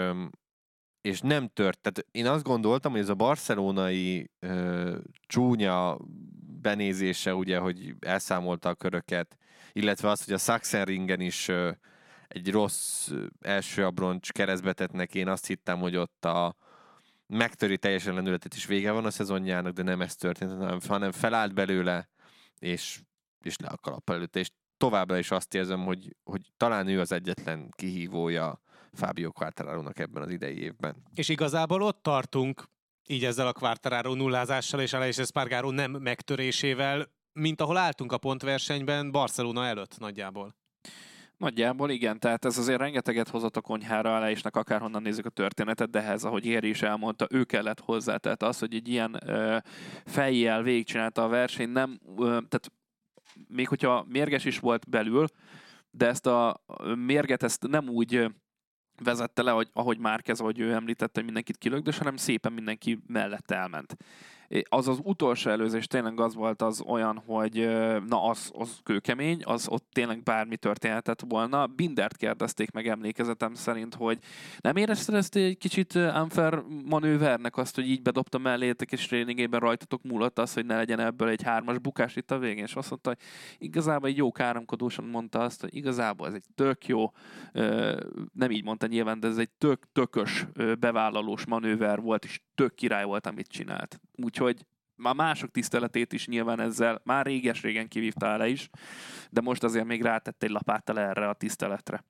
és nem tört. Tehát én azt gondoltam, hogy ez a barcelonai ö, csúnya benézése, ugye, hogy elszámolta a köröket, illetve az, hogy a Sachsenringen is ö, egy rossz ö, első abroncs keresztbe tett neki, én azt hittem, hogy ott a megtöri teljesen lendületet is vége van a szezonjának, de nem ez történt, hanem felállt belőle, és, és le a kalappal előtte, és továbbra is azt érzem, hogy, hogy talán ő az egyetlen kihívója Fábio Quartararónak ebben az idei évben. És igazából ott tartunk, így ezzel a Quartararo nullázással és Aleix Espargaró nem megtörésével, mint ahol álltunk a pontversenyben Barcelona előtt nagyjából. Nagyjából igen, tehát ez azért rengeteget hozott a konyhára Aleixnek, akárhonnan nézzük a történetet, de ehhez, ahogy Éri is elmondta, ő kellett hozzá. Tehát az, hogy egy ilyen ö, fejjel végigcsinálta a versenyt, nem, ö, tehát még hogyha mérges is volt belül, de ezt a mérget ezt nem úgy vezette le, hogy ahogy Márquez, ahogy ő említette, hogy mindenkit kilökdös, hanem szépen mindenki mellett elment. Az az utolsó előzés tényleg az volt az olyan, hogy na az, az kőkemény, az ott tényleg bármi történhetett volna. Bindert kérdezték meg emlékezetem szerint, hogy nem érezted ezt egy kicsit unfair manővernek azt, hogy így bedobta mellétek, és tréningében rajtatok múlott az, hogy ne legyen ebből egy hármas bukás itt a végén, és azt mondta, hogy igazából egy jó káromkodósan mondta azt, hogy igazából ez egy tök jó, nem így mondta nyilván, de ez egy tök tökös bevállalós manőver volt, és tök király volt, amit csinált. Úgyhogy már mások tiszteletét is nyilván ezzel már réges-régen kivívta el is, de most azért még rátett egy lapáttal erre a tiszteletre.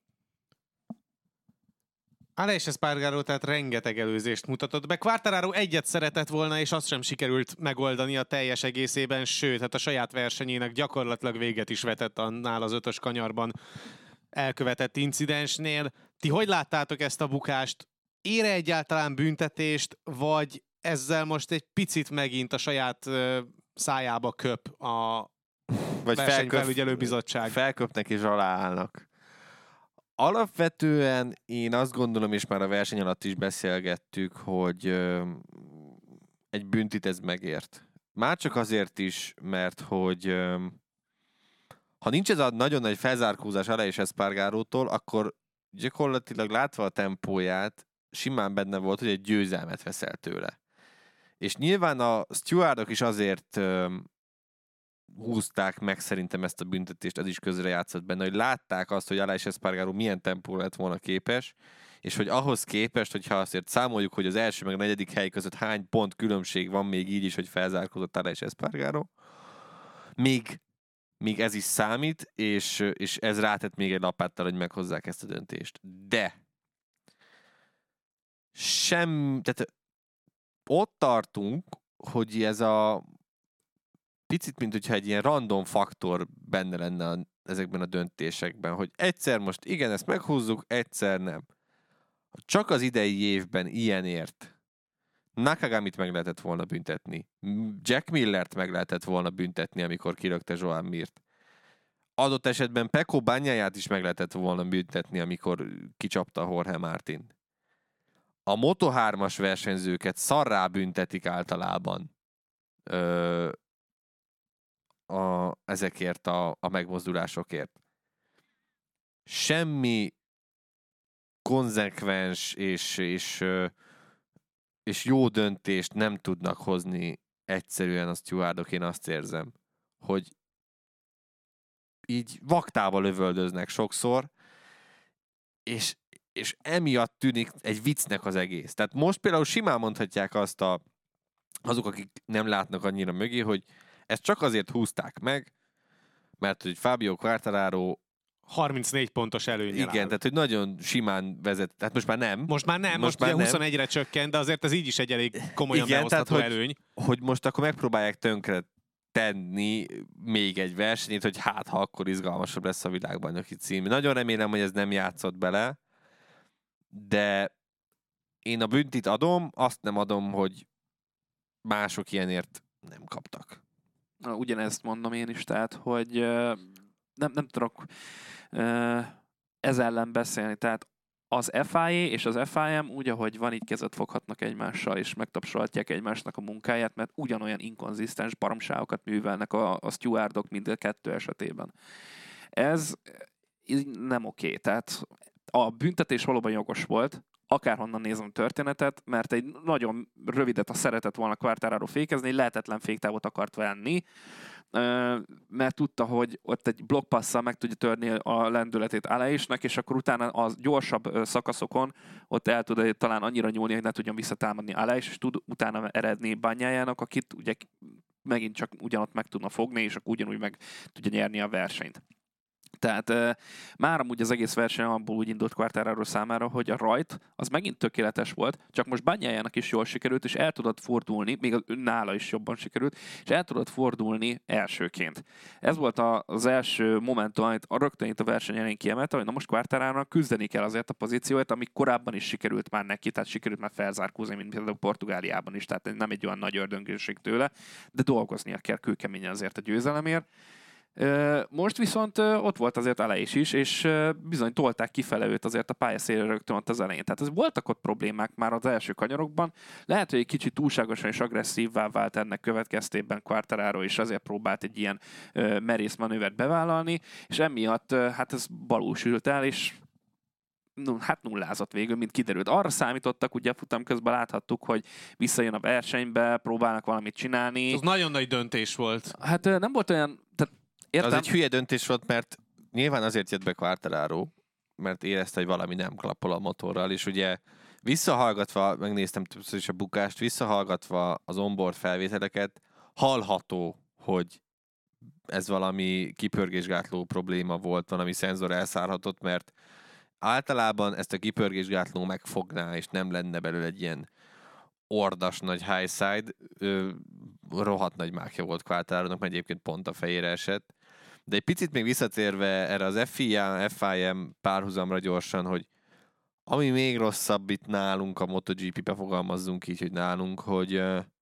Aleix Espargaró tehát rengeteg előzést mutatott be. Quartararo egyet szeretett volna, és azt sem sikerült megoldani a teljes egészében, sőt, hát a saját versenyének gyakorlatilag véget is vetett annál az ötös kanyarban elkövetett incidensnél. Ti hogy láttátok ezt a bukást? Ér egyáltalán büntetést, vagy ezzel most egy picit megint a saját uh, szájába köp a vagy versenyfelügyelő bizottság? Felköpnek és aláállnak. Alapvetően én azt gondolom, és már a verseny alatt is beszélgettük, hogy uh, egy büntit ez megért. Már csak azért is, mert hogy uh, ha nincs ez a nagyon nagy felzárkózás Aleix Espargarótól, akkor gyakorlatilag látva a tempóját, simán benne volt, hogy egy győzelmet veszel tőle. És nyilván a stewardok is azért um, húzták meg szerintem ezt a büntetést, az is közrejátszott benne, hogy látták azt, hogy Aleix Espargaró milyen tempóra lett volna képes, és hogy ahhoz képest, hogyha azért számoljuk, hogy az első meg a negyedik hely között hány pont különbség van még így is, hogy felzárkózott Aleix Espargaró, még, még ez is számít, és, és ez rátett még egy lapáttal, hogy meghozzák ezt a döntést. De sem, tehát ott tartunk, hogy ez a picit, mint hogyha egy ilyen random faktor benne lenne a, ezekben a döntésekben, hogy egyszer most igen, ezt meghúzzuk, egyszer nem. Csak az idei évben ilyenért Nakagamit meg lehetett volna büntetni. Jack Millert meg lehetett volna büntetni, amikor kirögte Joan Mirt. Adott esetben Pecco Bagnaia-t is meg lehetett volna büntetni, amikor kicsapta Jorge Martin. A Moto hármas versenyzőket szarrá büntetik általában. ö, a, ezekért a, a megmozdulásokért. Semmi konzekvens és, és, és jó döntést nem tudnak hozni egyszerűen a stewardok, én azt érzem, hogy így vaktába lövöldöznek sokszor, és, és emiatt tűnik egy viccnek az egész. Tehát most például simán mondhatják azt a, azok, akik nem látnak annyira mögé, hogy ezt csak azért húzták meg, mert hogy Fabio Quartararo harmincnégy pontos előnyel igen, áll. tehát hogy nagyon simán vezet, tehát most már nem. Most már nem, most, most most már ugye nem. huszonegyre csökkent, de azért ez így is egy elég komolyan igen, beosztható tehát, előny. hogy, hogy most akkor megpróbálják tönkre tenni még egy versenyt, hogy hát, ha akkor izgalmasabb lesz a világbajnoki cím. Nagyon remélem, hogy ez nem játszott bele, de én a büntit adom, azt nem adom, hogy mások ilyenért nem kaptak. Na, ugyanezt mondom én is, tehát, hogy uh, nem, nem tudok uh, ez ellen beszélni, tehát az ef i á és az ef i em úgy, ahogy van, így kezet foghatnak egymással, és megtapsolhatják egymásnak a munkáját, mert ugyanolyan inkonzisztens baromságokat művelnek a, a stewardok mind a kettő esetében. Ez nem oké, tehát a büntetés valóban jogos volt, akárhonnan nézem a történetet, mert egy nagyon rövidet a szeretett volna Quartararo fékezni, lehetetlen féktávot akart venni, mert tudta, hogy ott egy blokkpasszal meg tudja törni a lendületét Aleixnek, és akkor utána a gyorsabb szakaszokon ott el tud talán annyira nyúlni, hogy ne tudjon visszatámadni Aleix, és tud utána eredni Bagnajának, akit ugye megint csak ugyanott meg tudna fogni, és akkor ugyanúgy meg tudja nyerni a versenyt. Tehát e, már amúgy az egész verseny abból úgy indult Quartararo számára, hogy a rajt az megint tökéletes volt, csak most Bagnajának is jól sikerült, és el tudott fordulni, még az, nála is jobban sikerült, és el tudott fordulni elsőként. Ez volt a, az első momentum, amit a rögtön itt a verseny elején kiemelte, hogy na most Quartararónak küzdeni kell azért a pozíciót, ami korábban is sikerült már neki, tehát sikerült már felzárkózni, mint például Portugáliában is, tehát nem egy olyan nagy ördöngőség tőle, de dolgoznia kell kőkeményen azért a győzelemért. Most viszont ott volt azért Aleix is, és bizony tolták kifele őt azért a pályaszélre rögtön ott az elején. Tehát ez voltak ott problémák már az első kanyarokban. Lehet, hogy egy kicsit túlságosan és agresszívvá vált ennek következtében Quartararo, és azért próbált egy ilyen merész manővert bevállalni, és emiatt hát ez balul sült el, és hát nullázott végül, mint kiderült. Arra számítottak, ugye a futam közben láthattuk, hogy visszajön a versenybe, próbálnak valamit csinálni. Ez nagyon nagy döntés volt. Hát nem volt olyan... Tehát értem. Az egy hülye döntés volt, mert nyilván azért jött be Quartararo, mert érezte, hogy valami nem klappol a motorral, és ugye visszahallgatva, megnéztem többször is a bukást, visszahallgatva az onboard felvételeket, hallható, hogy ez valami kipörgésgátló probléma volt, valami szenzor elszárhatott, mert általában ezt a kipörgésgátló megfogná, és nem lenne belőle egy ilyen ordas nagy highside, rohadt nagy mákja volt Quartararónak, mert egyébként pont a fejére esett. De egy picit még visszatérve erre az ef i á, ef i em párhuzamra gyorsan, hogy ami még rosszabb itt nálunk, a MotoGP-be fogalmazzunk így, hogy nálunk, hogy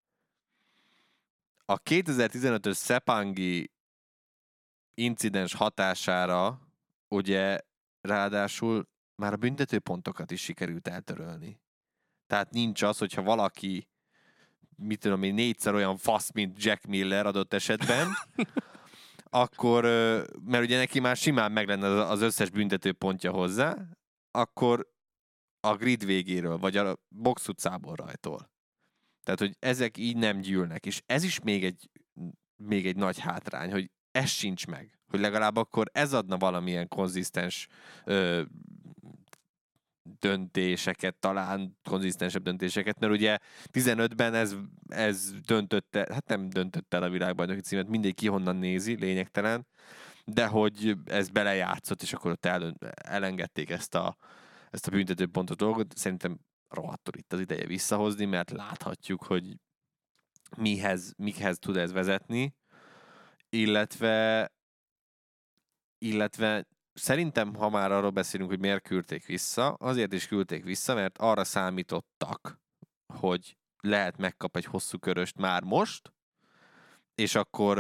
a kétezer-tizenötös Sepanghi incidens hatására ugye ráadásul már a büntetőpontokat is sikerült eltörölni. Tehát nincs az, hogyha valaki mit tudom én, négyszer olyan fasz, mint Jack Miller adott esetben, akkor, mert ugye neki már simán meg lenne az összes büntetőpontja hozzá, akkor a grid végéről, vagy a box utcából rajtól. Tehát, hogy ezek így nem gyűlnek. És ez is még egy, még egy nagy hátrány, hogy ez sincs meg. Hogy legalább akkor ez adna valamilyen konzisztens ö, döntéseket, talán konzisztensebb döntéseket, mert ugye tizenötben ez, ez döntötte, hát nem döntötte el a világbajnoki címet, mindegy ki honnan nézi, lényegtelen, de hogy ez belejátszott, és akkor ott el, elengedték ezt a, ezt a büntető pontos dolgot. Szerintem rohadtul itt az ideje visszahozni, mert láthatjuk, hogy mihez, mikhez tud ez vezetni, illetve illetve szerintem, ha már arról beszélünk, hogy miért küldték vissza, azért is küldték vissza, mert arra számítottak, hogy lehet megkap egy hosszú köröst már most, és akkor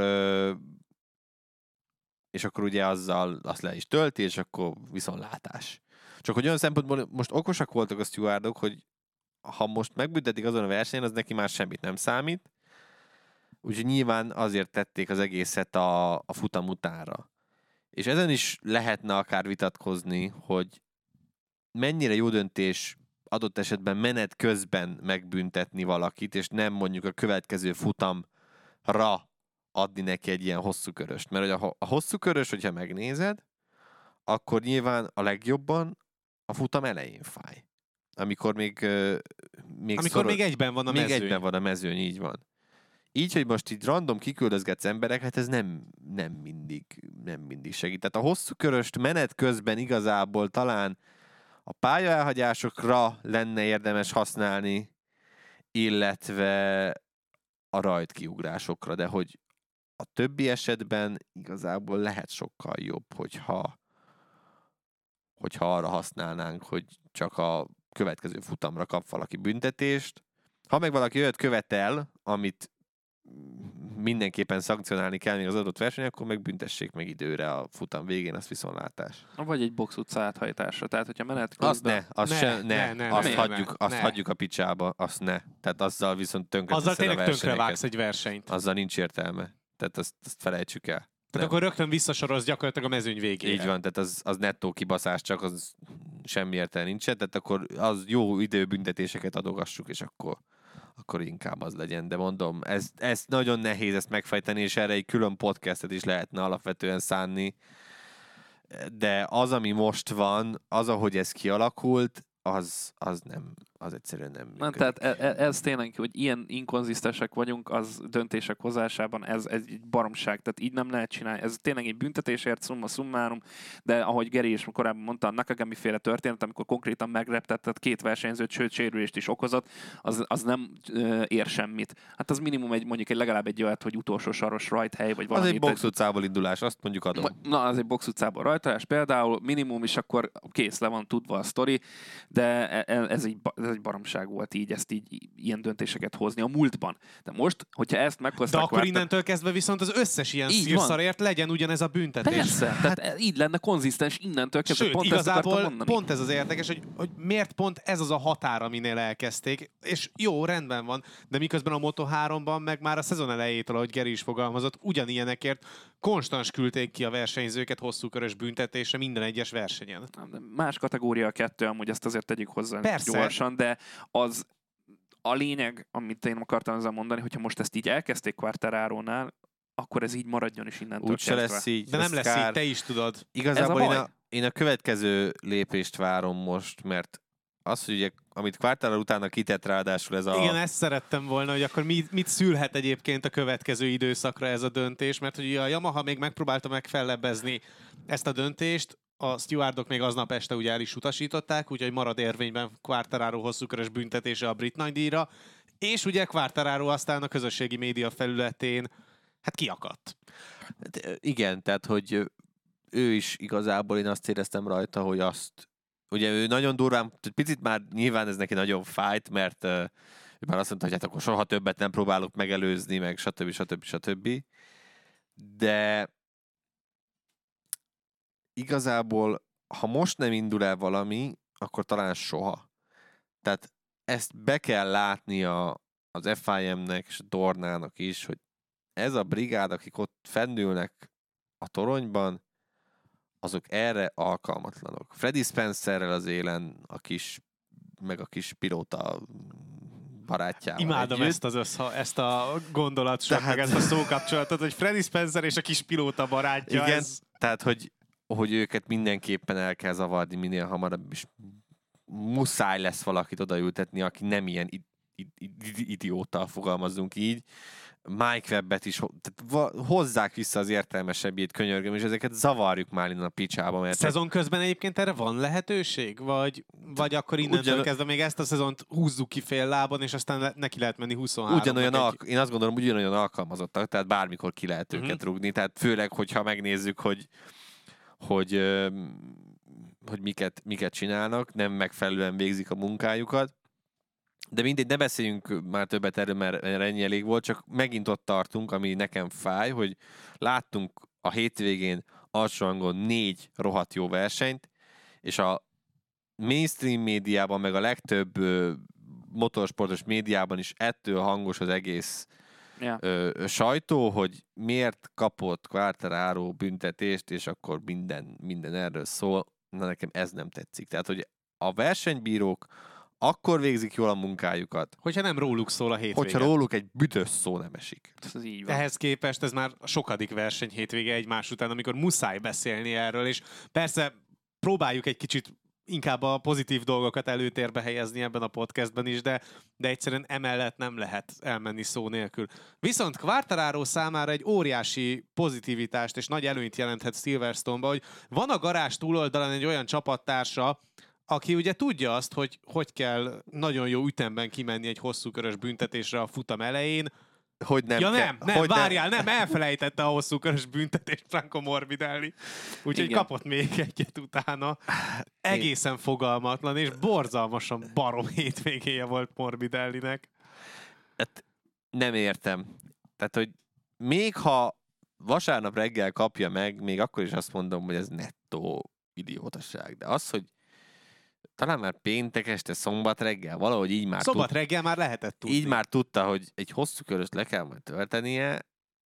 és akkor ugye azzal azt le is tölti, és akkor viszontlátás. Csak hogy olyan szempontból most okosak voltak a stewardok, hogy ha most megbüntetik azon a versenyen, az neki már semmit nem számít, úgyhogy nyilván azért tették az egészet a, a futam utánra. És ezen is lehetne akár vitatkozni, hogy mennyire jó döntés adott esetben menet közben megbüntetni valakit, és nem mondjuk a következő futamra adni neki egy ilyen hosszú köröst. Mert hogy a, a hosszú körös, hogyha megnézed, akkor nyilván a legjobban a futam elején fáj. Amikor még... még Amikor szorol... még egyben van a még mezőny. Még egyben van a mezőny, így van. Így, hogy most így random kiküldözgetsz emberek, hát ez nem, nem, mindig, nem mindig segít. Tehát a hosszú köröst menet közben igazából talán a pályaelhagyásokra lenne érdemes használni, illetve a rajtkiugrásokra, de hogy a többi esetben igazából lehet sokkal jobb, hogyha, hogyha arra használnánk, hogy csak a következő futamra kap valaki büntetést. Ha meg valaki olyat követel, amit mindenképpen szankcionálni kell még az adott verseny, akkor meg büntessék meg időre a futam végén, az viszontlátás. Vagy egy box utca áthajtásra. Tehát, hogyha menet Azt ne, azt ne, se, ne, ne, ne, azt, ne, hagyjuk, ne, azt ne. hagyjuk a picsába, azt ne. Tehát azzal viszont tönkre Azzal teszed a tényleg tönkre versenyeket. vágsz egy versenyt. Azzal nincs értelme. Tehát azt, azt felejtsük el. Tehát akkor rögtön visszasoroz gyakorlatilag a mezőny végére. Így van, tehát az, az nettó kibaszás, csak az semmi értelme nincsen, tehát akkor az jó időbüntetéseket adogassuk, és akkor, akkor inkább az legyen. De mondom, ez, ez nagyon nehéz ezt megfejteni, és erre egy külön podcastet is lehetne alapvetően szánni. De az, ami most van, az, ahogy ez kialakult, az, az nem, az egyszerűen nem Na, működik. tehát e- e- ez tényleg, hogy ilyen inkonzisztensek vagyunk, az döntések hozásában, ez, ez egy baromság, tehát így nem lehet csinálni. Ez tényleg egy büntetésért, summa summarum, de ahogy Geri is korábban mondta, a Nakagami féle történet, amikor konkrétan megreptetett két versenyzőt, sőt sérülést is okozott, az, az nem ö, ér semmit. Hát az minimum egy, mondjuk egy legalább egy olyat, hogy utolsó saros rajthely, vagy valami. Az egy box utcából indulás, azt mondjuk adom. Na, az egy box utcában rajtolás például, minimum is akkor kész, le van tudva a sztori, de ez egy, ez egy baromság volt így, ezt így, ilyen döntéseket hozni a múltban. De most, hogyha ezt meghozták... De akkor vártak, innentől kezdve viszont az összes ilyen szírszarért legyen ugyanez a büntetés. Persze, hát, tehát így lenne konzisztens innentől kezdve. Sőt, pont igazából ezt pont ez az érdekes, hogy, hogy miért pont ez az a határ, aminél elkezdték, és jó, rendben van, de miközben a Moto háromban meg már a szezon elejétől, ahogy Geri is fogalmazott, ugyanilyenekért konstans küldték ki a versenyzőket hosszú körös büntetésre minden egyes versenyen. Más kategória a kettő, amúgy ezt azért tegyük hozzá Persze. gyorsan, de az a lényeg, amit én akartam ezzel mondani, hogyha most ezt így elkezdték Quartararo-nál, akkor ez így maradjon is innentől Úgy se kezdve. lesz így. De nem ez lesz kár. így, te is tudod. Igazából Ez a én baj. a, én a következő lépést várom most, mert az, hogy ugye, amit Quartararo utána kitett ráadásul ez a... Igen, ezt szerettem volna, hogy akkor mit, mit szülhet egyébként a következő időszakra ez a döntés, mert hogy a Yamaha még megpróbálta megfellebbezni ezt a döntést, a stewardok még aznap este ugye el is utasították, úgyhogy marad érvényben Quartararo hosszúkörös büntetése a brit nagydíjra, és ugye Quartararo aztán a közösségi média felületén hát kiakadt. De, igen, tehát, hogy ő is igazából én azt éreztem rajta, hogy azt, ugye ő nagyon durván, picit már nyilván ez neki nagyon fájt, mert uh, ő már azt mondta, hogy hát akkor soha többet nem próbálok megelőzni, meg stb. stb. stb. De igazából, ha most nem indul el valami, akkor talán soha. Tehát ezt be kell látnia az ef i em-nek és a Dornának is, hogy ez a brigád, akik ott fennülnek a toronyban, azok erre alkalmatlanok. Freddy Spencerrel az élen, a kis, meg a kis pilóta barátjával Imádom együtt. ezt, az összha, ezt a gondolatsort, Tehát- meg ezt a szókapcsolatot, hogy Freddy Spencer és a kis pilóta barátja. Igen, Ez... tehát, hogy, hogy őket mindenképpen el kell zavarni minél hamarabb, és muszáj lesz valakit odaültetni, aki nem ilyen id- id- id- idióta, fogalmazzunk így. Mike Webbet is ho- tehát va- hozzák vissza az értelmesebbjét, könyörgöm, és ezeket zavarjuk már innen a picsába, mert Szezon közben egyébként erre van lehetőség? Vagy, vagy akkor innentől Ugyan- kezdve még ezt a szezont húzzuk ki fél lábon, és aztán le- neki lehet menni huszonhárom. ugyanolyan, alk- én azt gondolom, ugyanolyan alkalmazottak, tehát bármikor ki lehet Mhm. őket rúgni, tehát főleg, hogyha megnézzük, hogy hogy, öm, hogy miket, miket csinálnak, nem megfelelően végzik a munkájukat. De mindegy, ne beszéljünk már többet erről, mert ennyi elég volt, csak megint ott tartunk, ami nekem fáj, hogy láttunk a hétvégén alsó hangon négy rohadt jó versenyt, és a mainstream médiában, meg a legtöbb ö, motorsportos médiában is ettől hangos az egész ja. ö, sajtó, hogy miért kapott Quartararo büntetést, és akkor minden, minden erről szól. Na nekem ez nem tetszik. Tehát, hogy a versenybírók akkor végzik jól a munkájukat, Hogyha nem róluk szól a hétvége. hogyha róluk egy büdös szó nem esik. Ez így van. Ehhez képest ez már a sokadik verseny hétvége egymás után, amikor muszáj beszélni erről, és persze próbáljuk egy kicsit inkább a pozitív dolgokat előtérbe helyezni ebben a podcastben is, de, de egyszerűen emellett nem lehet elmenni szó nélkül. Viszont Quartararo számára egy óriási pozitivitást és nagy előnyt jelenthet Silverstone-ba, hogy van a garázs túloldalán egy olyan csapattársa, aki ugye tudja azt, hogy hogy kell nagyon jó ütemben kimenni egy hosszú körös büntetésre a futam elején. Hogy nem ja kell, nem, nem, hogy várjál, nem, elfelejtette a hosszú körös büntetést Franco Morbidelli. Úgyhogy Igen. kapott még egyet utána. Egészen fogalmatlan, és borzalmasan barom hétvégéje volt Morbidellinek. Hát nem értem. Tehát, hogy még ha vasárnap reggel kapja meg, még akkor is azt mondom, hogy ez nettó idiótaság. De az, hogy talán már péntek este, szombat reggel, valahogy így már Szombat tud, reggel már lehetett tudni. így már tudta, hogy egy hosszú köröst le kell majd töltenie,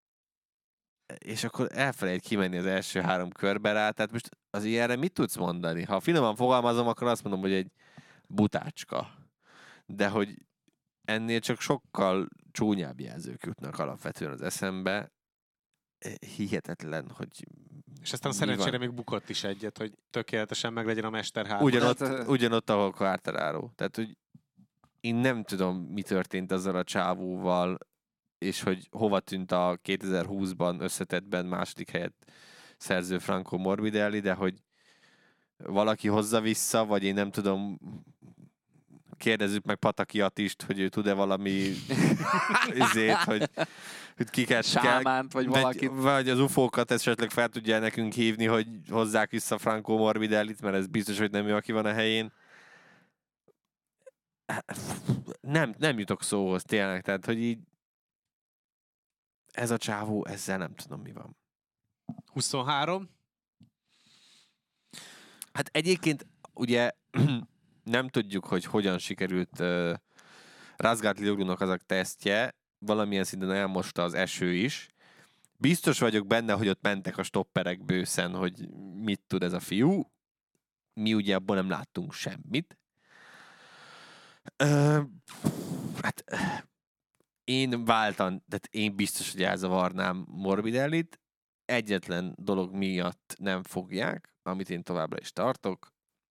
és akkor elfelejt kimenni az első három körbe rá. Tehát most az ilyenre mit tudsz mondani? Ha finoman fogalmazom, akkor azt mondom, hogy egy butácska. De hogy ennél csak sokkal csúnyább jelzők jutnak alapvetően az eszembe. Hihetetlen, hogy És aztán mi szerencsére van. még bukott is egyet, hogy tökéletesen meglegyen a Mester három. Ugyanott, Hát, ugyanott, ahol Quartararo. Tehát, hogy én nem tudom, mi történt azzal a csávóval, és hogy hova tűnt a kétezer-húszban összetettben második helyet szerző Franco Morbidelli, de hogy valaki hozza vissza, vagy én nem tudom, kérdezzük meg Pataki Attist, hogy ő tud-e valami izét, hogy, hogy kiket Sámánt, vagy valakit. Vagy, vagy az ufókat esetleg fel tudja nekünk hívni, hogy hozzák vissza Franco Morbidellit, mert ez biztos, hogy nem ő, aki van a helyén. Nem, nem jutok szóhoz tényleg, tehát, hogy így ez a csávó, ezzel nem tudom, mi van. huszonhárom. Hát egyébként ugye nem tudjuk, hogy hogyan sikerült uh, Razgatlioglunak az a tesztje, valamilyen szinten elmosta az eső is. Biztos vagyok benne, hogy ott mentek a stopperek bőszen, hogy mit tud ez a fiú. Mi ugye abból nem láttunk semmit. Uh, hát én váltan, tehát én biztos, hogy elzavarnám Morbidellit. Egyetlen dolog miatt nem fogják, amit én továbbra is tartok,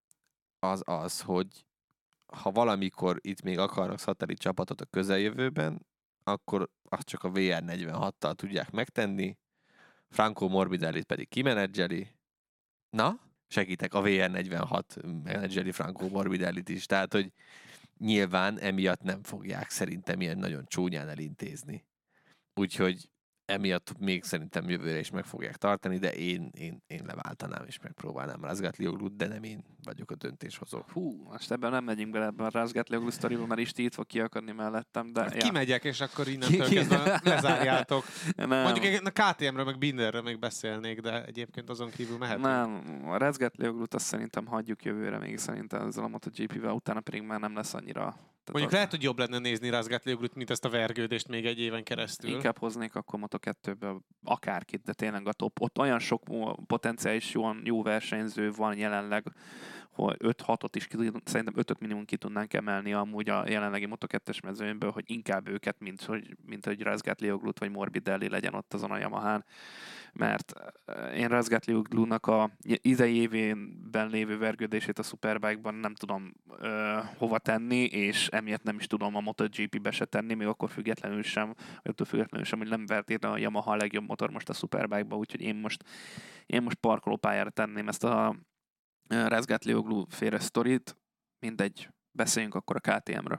az az, hogy ha valamikor itt még akarnak szatellit csapatot a közeljövőben, akkor azt csak a vé er negyvenhattal tudják megtenni, Franco Morbidellit pedig kimenedzseli. Na, segítek, a vé er negyvenhat menedzseli Franco Morbidellit is, tehát, hogy nyilván emiatt nem fogják szerintem ilyen nagyon csúnyán elintézni. Úgyhogy emiatt még szerintem jövőre is meg fogják tartani, de én, én, én leváltanám és megpróbálnám Razgatlioglut, de nem én vagyok a döntéshozó. Hú, most ebben nem megyünk bele ebben a Razgatlioglu sztoriba, mert Isti itt fog kiakadni mellettem, de... Hát ja. kimegyek, és akkor innentől Ki- kezdve lezárjátok. Nem. Mondjuk én a ká té emről meg Binderről még beszélnék, de egyébként azon kívül mehetünk. Nem, a Razgatlioglut azt szerintem hagyjuk jövőre még szerintem ezzel a MotoGP-vel, utána pedig már nem lesz annyira... Mondjuk lehet, hogy jobb lenne nézni Razgatlioglut, mint ezt a vergődést még egy éven keresztül. Inkább hoznék akkor Moto kettőből akárkit, de tényleg a top. Ott olyan sok potenciális jó, jó versenyző van jelenleg, hogy öt-hatot is, szerintem ötöt minimum ki tudnánk emelni amúgy a jelenlegi Moto kettes mezőnyből, hogy inkább őket, mint hogy, mint hogy Razgatlioglut vagy Morbidelli legyen ott azon a Yamahán. Mert én Razgatlioglunak a idei évében lévő vergődését a Superbike-ban nem tudom ö, hova tenni, és emiatt nem is tudom a MotoGP-be se tenni, még akkor függetlenül sem, vagy attól függetlenül sem, hogy nem feltétlenül a Yamaha a legjobb motor most a Superbike-ba, úgyhogy én most, én most parkolópályára tenném ezt a Razgatlioglu féle sztorit. Mindegy, beszéljünk akkor a ká té emről.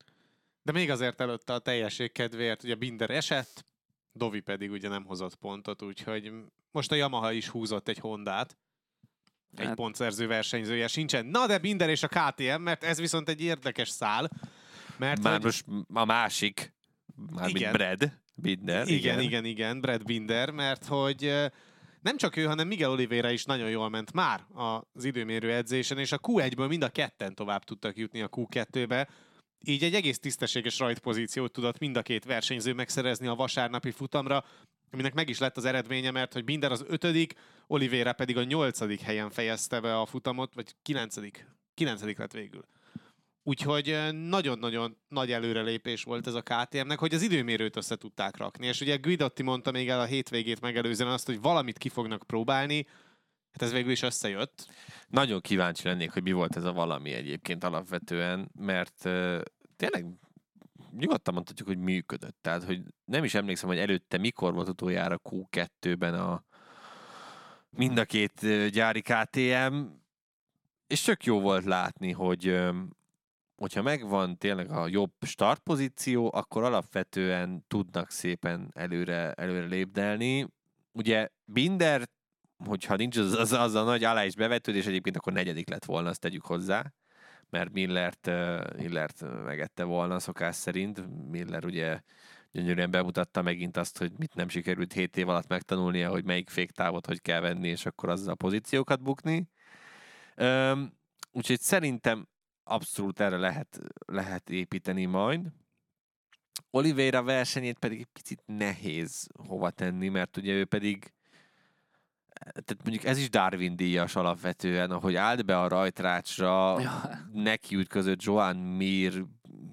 De még azért előtte a teljesség kedvéért, ugye Binder esett, Dovi pedig ugye nem hozott pontot, úgyhogy most a Yamaha is húzott egy Hondát. Egy Hát- pontszerző versenyzője sincsen. Na de Binder és a ká té em, mert ez viszont egy érdekes szál. Mert Már hogy... most a másik, mármint Igen. Brad Binder. Igen, igen, igen, igen, Brad Binder, mert hogy eh, nem csak ő, hanem Miguel Oliveira is nagyon jól ment már az időmérő edzésen, és a kú egyből mind a ketten tovább tudtak jutni a kú kettőbe. Így egy egész tisztességes rajtpozíciót tudott mind a két versenyző megszerezni a vasárnapi futamra, aminek meg is lett az eredménye, mert hogy Binder az ötödik, Oliveira pedig a nyolcadik helyen fejezte be a futamot, vagy kilencedik. Kilencedik lett végül. Úgyhogy nagyon-nagyon nagy előrelépés volt ez a ká té em-nek, hogy az időmérőt össze tudták rakni. És ugye Guidotti mondta még el a hétvégét megelőzően azt, hogy valamit ki fognak próbálni, hát ez végül is összejött. Nagyon kíváncsi lennék, hogy mi volt ez a valami egyébként alapvetően, mert uh, tényleg nyugodtan mondhatjuk, hogy működött. Tehát, hogy nem is emlékszem, hogy előtte mikor volt utoljára kú kettőben a mind a két gyári ká té em, és tök jó volt látni, hogy hogyha megvan tényleg a jobb startpozíció, akkor alapvetően tudnak szépen előre, előre lépdelni. Ugye Binder, hogyha nincs az, az, az a nagy alá is bevetődés, egyébként akkor negyedik lett volna, azt tegyük hozzá, mert Millert, Millert megette volna szokás szerint. Miller ugye gyönyörűen bemutatta megint azt, hogy mit nem sikerült hét év alatt megtanulnia, hogy melyik féktávot hogy kell venni, és akkor azzal a pozíciókat bukni. Üm, úgyhogy szerintem abszolút erre lehet, lehet építeni majd. Oliveira versenyét pedig egy picit nehéz hova tenni, mert ugye ő pedig, tehát mondjuk ez is Darwin díjas alapvetően, ahogy állt be a rajtrácsra, ja. Neki ütközött Joan Mir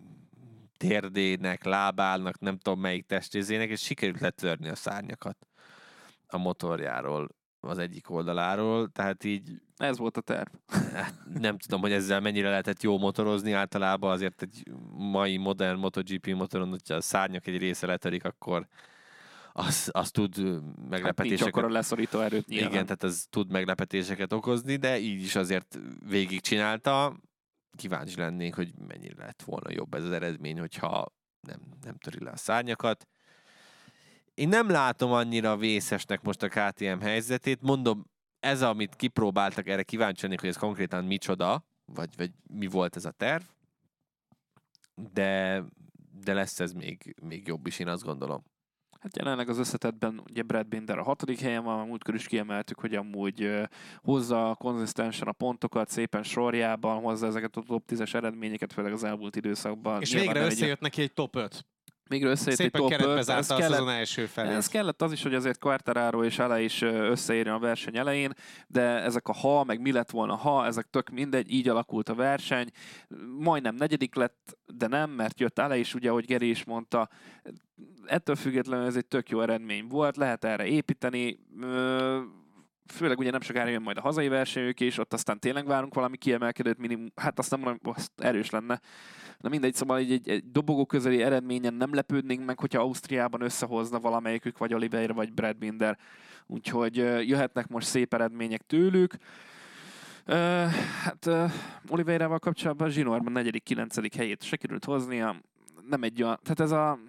térdének, lábálnak, nem tudom melyik testézének, és sikerült letörni a szárnyakat a motorjáról, az egyik oldaláról, tehát így... Ez volt a terv. Nem tudom, hogy ezzel mennyire lehetett jó motorozni, általában azért egy mai modern MotoGP motoron, hogyha a szárnyak egy része letörik, akkor az, az tud meglepetéseket... Hát nincs akkora leszorító erőt nyilván. Igen, tehát az tud meglepetéseket okozni, de így is azért végigcsinálta. Kíváncsi lennék, hogy mennyire lett volna jobb ez az eredmény, hogyha nem, nem töri le a szárnyakat. Én nem látom annyira vészesnek most a ká té em helyzetét. Mondom, ez, amit kipróbáltak, erre kíváncsi lennék, hogy ez konkrétan micsoda, vagy, vagy mi volt ez a terv. De, de lesz ez még, még jobb is, én azt gondolom. Hát jelenleg az összetettben ugye Brad Binder a hatodik helyen van, múltkor is kiemeltük, hogy amúgy uh, hozza konzisztensen a pontokat, szépen sorjában, hozza ezeket a top tízes eredményeket, főleg az elmúlt időszakban. És végre összejött egy... neki egy top öt. Végre összejött egy top öt. Ez kellett, az első felé. Ez kellett az is, hogy azért Quartararo és Alá is összeérjen a verseny elején, de ezek a ha, meg mi lett volna ha, ezek tök mindegy, így alakult a verseny. Majdnem negyedik lett, de nem, mert jött Alá is, ugye, ahogy Geri is mondta. Ettől függetlenül ez egy tök jó eredmény volt, lehet erre építeni. Főleg ugye nem sokára jön majd a hazai versenyük is, ott aztán tényleg várunk valami kiemelkedőt, minimum, hát azt nem mondom, azt erős lenne. Na mindegy, szóval egy, egy, egy dobogó közeli eredményen nem lepődnénk meg, hogyha Ausztriában összehozna valamelyikük, vagy Oliveira, vagy Brad Binder. Úgyhogy jöhetnek most szép eredmények tőlük. Uh, hát uh, Oliveirával kapcsolatban Zsinórban negyedik, kilencedik helyét sikerült hoznia. Nem egy olyan, tehát ez a...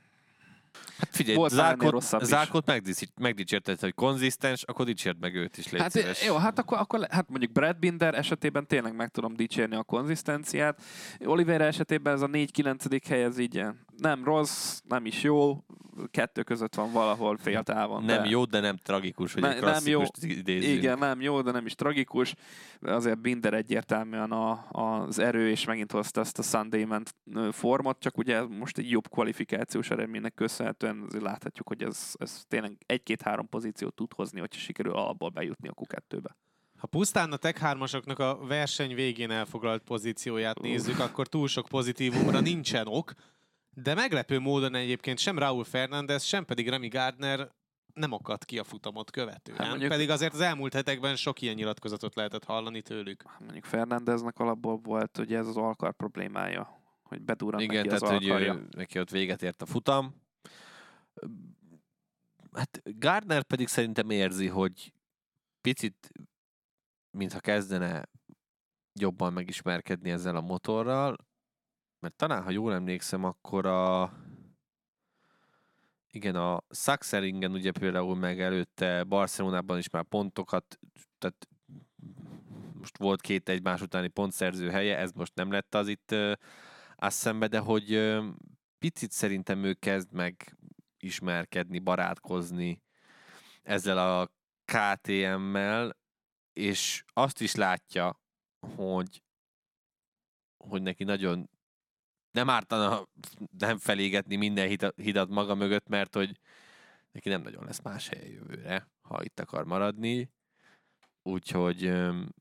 Hát figyelj, Zárkot, Zárkot megdicsérted, hogy konzisztens, akkor dicsérd meg őt is, légy hát, szíves. Jó, hát akkor, akkor hát mondjuk Brad Binder esetében tényleg meg tudom dicsérni a konzisztenciát. Oliveira esetében ez a négy kilencedik hely, ez így nem rossz, nem is jó, kettő között van valahol féltávon. Nem de... jó, de nem tragikus, hogy ne, egy klasszikust idézzünk. Igen, nem jó, de nem is tragikus. Azért Binder egyértelműen a, az erő, és megint hozta ezt a Sunday-ment formot, csak ugye most egy jobb kvalifikációs eredménynek köszönhetően azért láthatjuk, hogy ez, ez tényleg egy-két-három pozíciót tud hozni, hogyha sikerül alapból bejutni a kú kettőbe. Ha pusztán a Tech hármasoknak a verseny végén elfoglalt pozícióját nézzük, akkor túl sok pozitívumra nincsen ok, de meglepő módon egyébként sem Raúl Fernández, sem pedig Remy Gardner nem akadt ki a futamot követően. Hát mondjuk, pedig azért az elmúlt hetekben sok ilyen nyilatkozatot lehetett hallani tőlük. Mondjuk Fernándeznek alapból volt ugye ez az alkar problémája, hogy bedurran igen, neki az tehát, alkarja. Hogy neki ott véget ért a futam. Hát Gardner pedig szerintem érzi, hogy picit, mintha kezdene jobban megismerkedni ezzel a motorral, mert talán, ha jól emlékszem, akkor a igen, a Sachsenringen ugye például meg előtte Barcelonában is már pontokat, tehát most volt két egymás utáni pontszerző helye, ez most nem lett az itt uh, Assenbe, de hogy uh, picit szerintem ő kezd meg ismerkedni, barátkozni ezzel a ká té emmel, és azt is látja, hogy hogy neki nagyon nem ártana nem felégetni minden hidat maga mögött, mert hogy neki nem nagyon lesz más helye jövőre, ha itt akar maradni. Úgyhogy...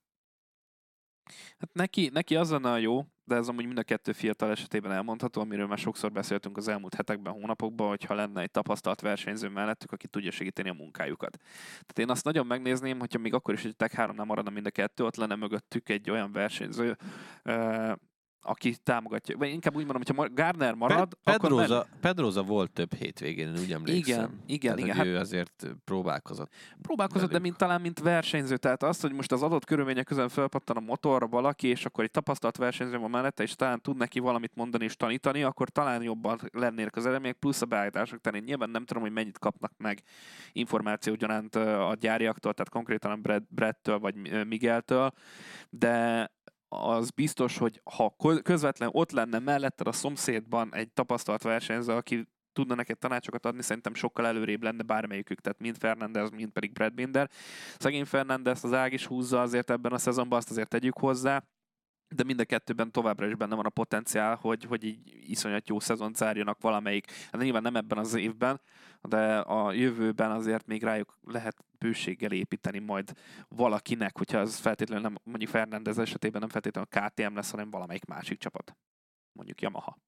Hát neki, neki az lenne a jó, de ez amúgy mind a kettő fiatal esetében elmondható, amiről már sokszor beszéltünk az elmúlt hetekben, hónapokban, hogyha lenne egy tapasztalt versenyző mellettük, aki tudja segíteni a munkájukat. Tehát én azt nagyon megnézném, hogyha még akkor is, hogy Tech három nem maradna mind a kettő, ott lenne mögöttük egy olyan versenyző, aki támogatja. Vagy inkább úgy mondom, hogyha Gardner marad, Pe- Pedroza, akkor nem... Pedroza volt több hétvégén, úgy emlékszem. Igen, igen, tehát, igen. Ő hát azért próbálkozott. Próbálkozott, de mint, talán mint versenyző. Tehát azt, hogy most az adott körülmények közben felpattan a motorra valaki, és akkor egy tapasztalt versenyző van mellette, és talán tud neki valamit mondani és tanítani, akkor talán jobban lennének az eredmények, plusz a beállítások terén. Nyilván nem tudom, hogy mennyit kapnak meg információ gyanánt a gyáriaktól, tehát konkrétan a Brad, Bradtől vagy Migueltől, de az biztos, hogy ha közvetlen ott lenne melletted a szomszédban egy tapasztalt versenyző, aki tudna neked tanácsokat adni, szerintem sokkal előrébb lenne bármelyikük, tehát mind Fernandez, mind pedig Brad Binder. Szegény Fernandez az ág is húzza azért ebben a szezonban, azt azért tegyük hozzá, de mind a kettőben továbbra is benne van a potenciál, hogy, hogy így iszonyat jó szezont zárjanak valamelyik. Hát nyilván nem ebben az évben, de a jövőben azért még rájuk lehet bőséggel építeni majd valakinek, hogyha az feltétlenül nem, mondjuk Fernandez esetében nem feltétlenül ká té em lesz, hanem valamelyik másik csapat. Mondjuk Yamaha.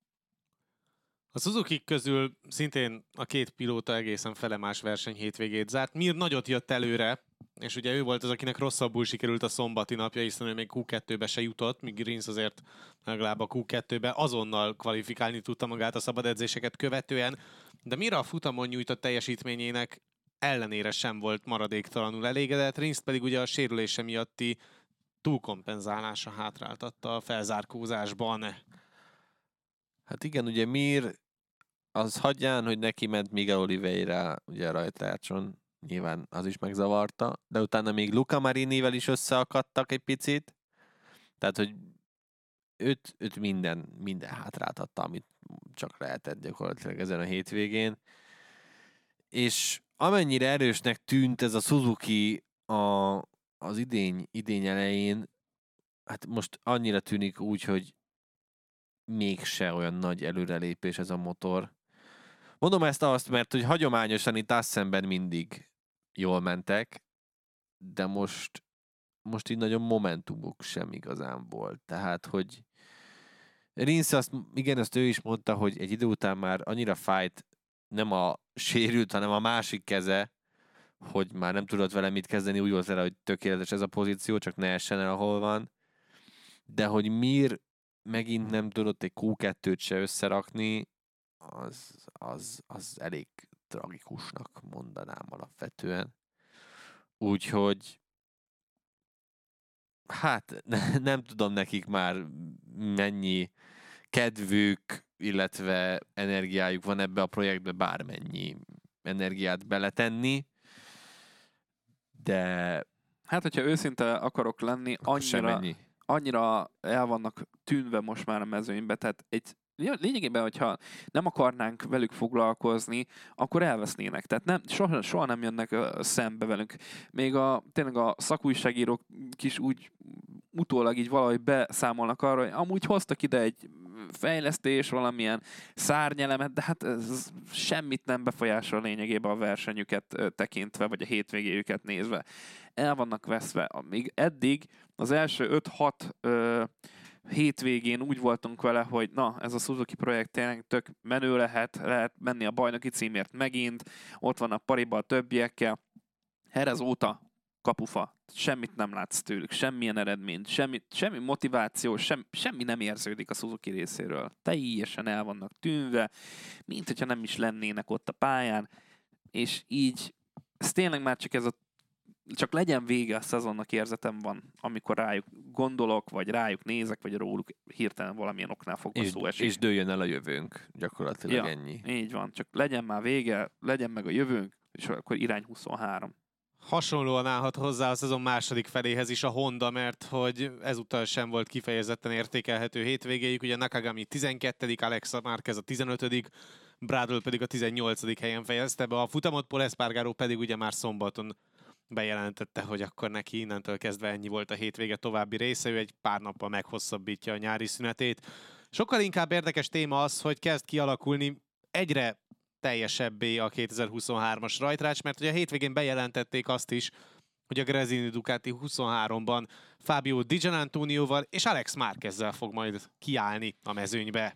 A Suzuki közül szintén a két pilóta egészen felemás verseny hétvégét zárt. Mir nagyot jött előre, és ugye ő volt az, akinek rosszabbul sikerült a szombati napja, hiszen ő még kú kettőbe se jutott, míg Rins azért legalább a kú kettőbe azonnal kvalifikálni tudta magát a szabad edzéseket követően, de Mir a futamon nyújtott teljesítményének ellenére sem volt maradéktalanul elégedett, Rins pedig ugye a sérülése miatti túlkompenzálása hátráltatta a felzárkózásban. Hát igen, ugye Mir az hagyján, hogy neki ment Miguel Oliveira ugye a rajtrácson, nyilván az is megzavarta, de utána még Luca Marinivel is összeakadtak egy picit, tehát, hogy őt, őt minden, minden hátráltatta, amit csak lehetett gyakorlatilag ezen a hétvégén. És amennyire erősnek tűnt ez a Suzuki a, az idény, idény elején, hát most annyira tűnik úgy, hogy mégse olyan nagy előrelépés ez a motor. Mondom ezt azt, mert hogy hagyományosan itt Assenben mindig jól mentek, de most, most így nagyon momentumuk sem igazán volt. Tehát, hogy Rins azt, igen, azt ő is mondta, hogy egy idő után már annyira fájt nem a sérült, hanem a másik keze, hogy már nem tudott vele mit kezdeni, úgy volt vele, hogy tökéletes ez a pozíció, csak ne essen el, ahol van. De hogy Mir megint nem tudott egy kú kettőt se összerakni, az, az, az elég tragikusnak mondanám alapvetően. Úgyhogy hát ne, nem tudom nekik már mennyi kedvük, illetve energiájuk van ebbe a projektbe, bármennyi energiát beletenni, de hát, hogyha őszinte akarok lenni, annyira, annyira el vannak tűnve most már a mezőnybe, tehát egy lényegében, hogyha nem akarnánk velük foglalkozni, akkor elvesznének. Tehát nem, soha, soha nem jönnek szembe velünk. Még a, tényleg a szakújságírók is úgy utólag így valahogy beszámolnak arra, hogy amúgy hoztak ide egy fejlesztés, valamilyen szárnyelemet, de hát ez semmit nem befolyásol lényegében a versenyüket tekintve, vagy a hétvégéjüket nézve. El vannak veszve. Még eddig az első öt-hat ö, hétvégén úgy voltunk vele, hogy na, ez a Suzuki projekt tényleg tök menő lehet, lehet menni a bajnoki címért megint, ott van a pariba a többiekkel. Herez óta kapufa. Semmit nem látsz tőlük, semmilyen eredményt, semmi, semmi motiváció, sem, semmi nem érződik a Suzuki részéről. Teljesen el vannak tűnve, mint hogyha nem is lennének ott a pályán, és így ez tényleg már csak ez a csak legyen vége a szezonnak érzetem van, amikor rájuk gondolok, vagy rájuk nézek, vagy róluk hirtelen valamilyen oknál fogva szó esik. És dőljön el a jövőnk, gyakorlatilag ja, ennyi. Így van, csak legyen már vége, legyen meg a jövőnk, és akkor irány huszonhárom. Hasonlóan állhat hozzá a szezon második feléhez is a Honda, mert hogy ezúttal sem volt kifejezetten értékelhető hétvégéjük. Ugye Nakagami tizenkettedik, Alex Márquez a tizenötödik, Bradl pedig a tizennyolcadik helyen fejezte be a futamot, Pol Espargaró pedig ugye már szombaton bejelentette, hogy akkor neki innentől kezdve ennyi volt a hétvége további része, ő egy pár nappal meghosszabbítja a nyári szünetét. Sokkal inkább érdekes téma az, hogy kezd kialakulni egyre teljesebbé a kétezer-huszonhármas rajtrács, mert ugye a hétvégén bejelentették azt is, hogy a Gresini Ducati huszonháromban Fabio Di Giannantonioval és Alex Márquezzel fog majd kiállni a mezőnybe.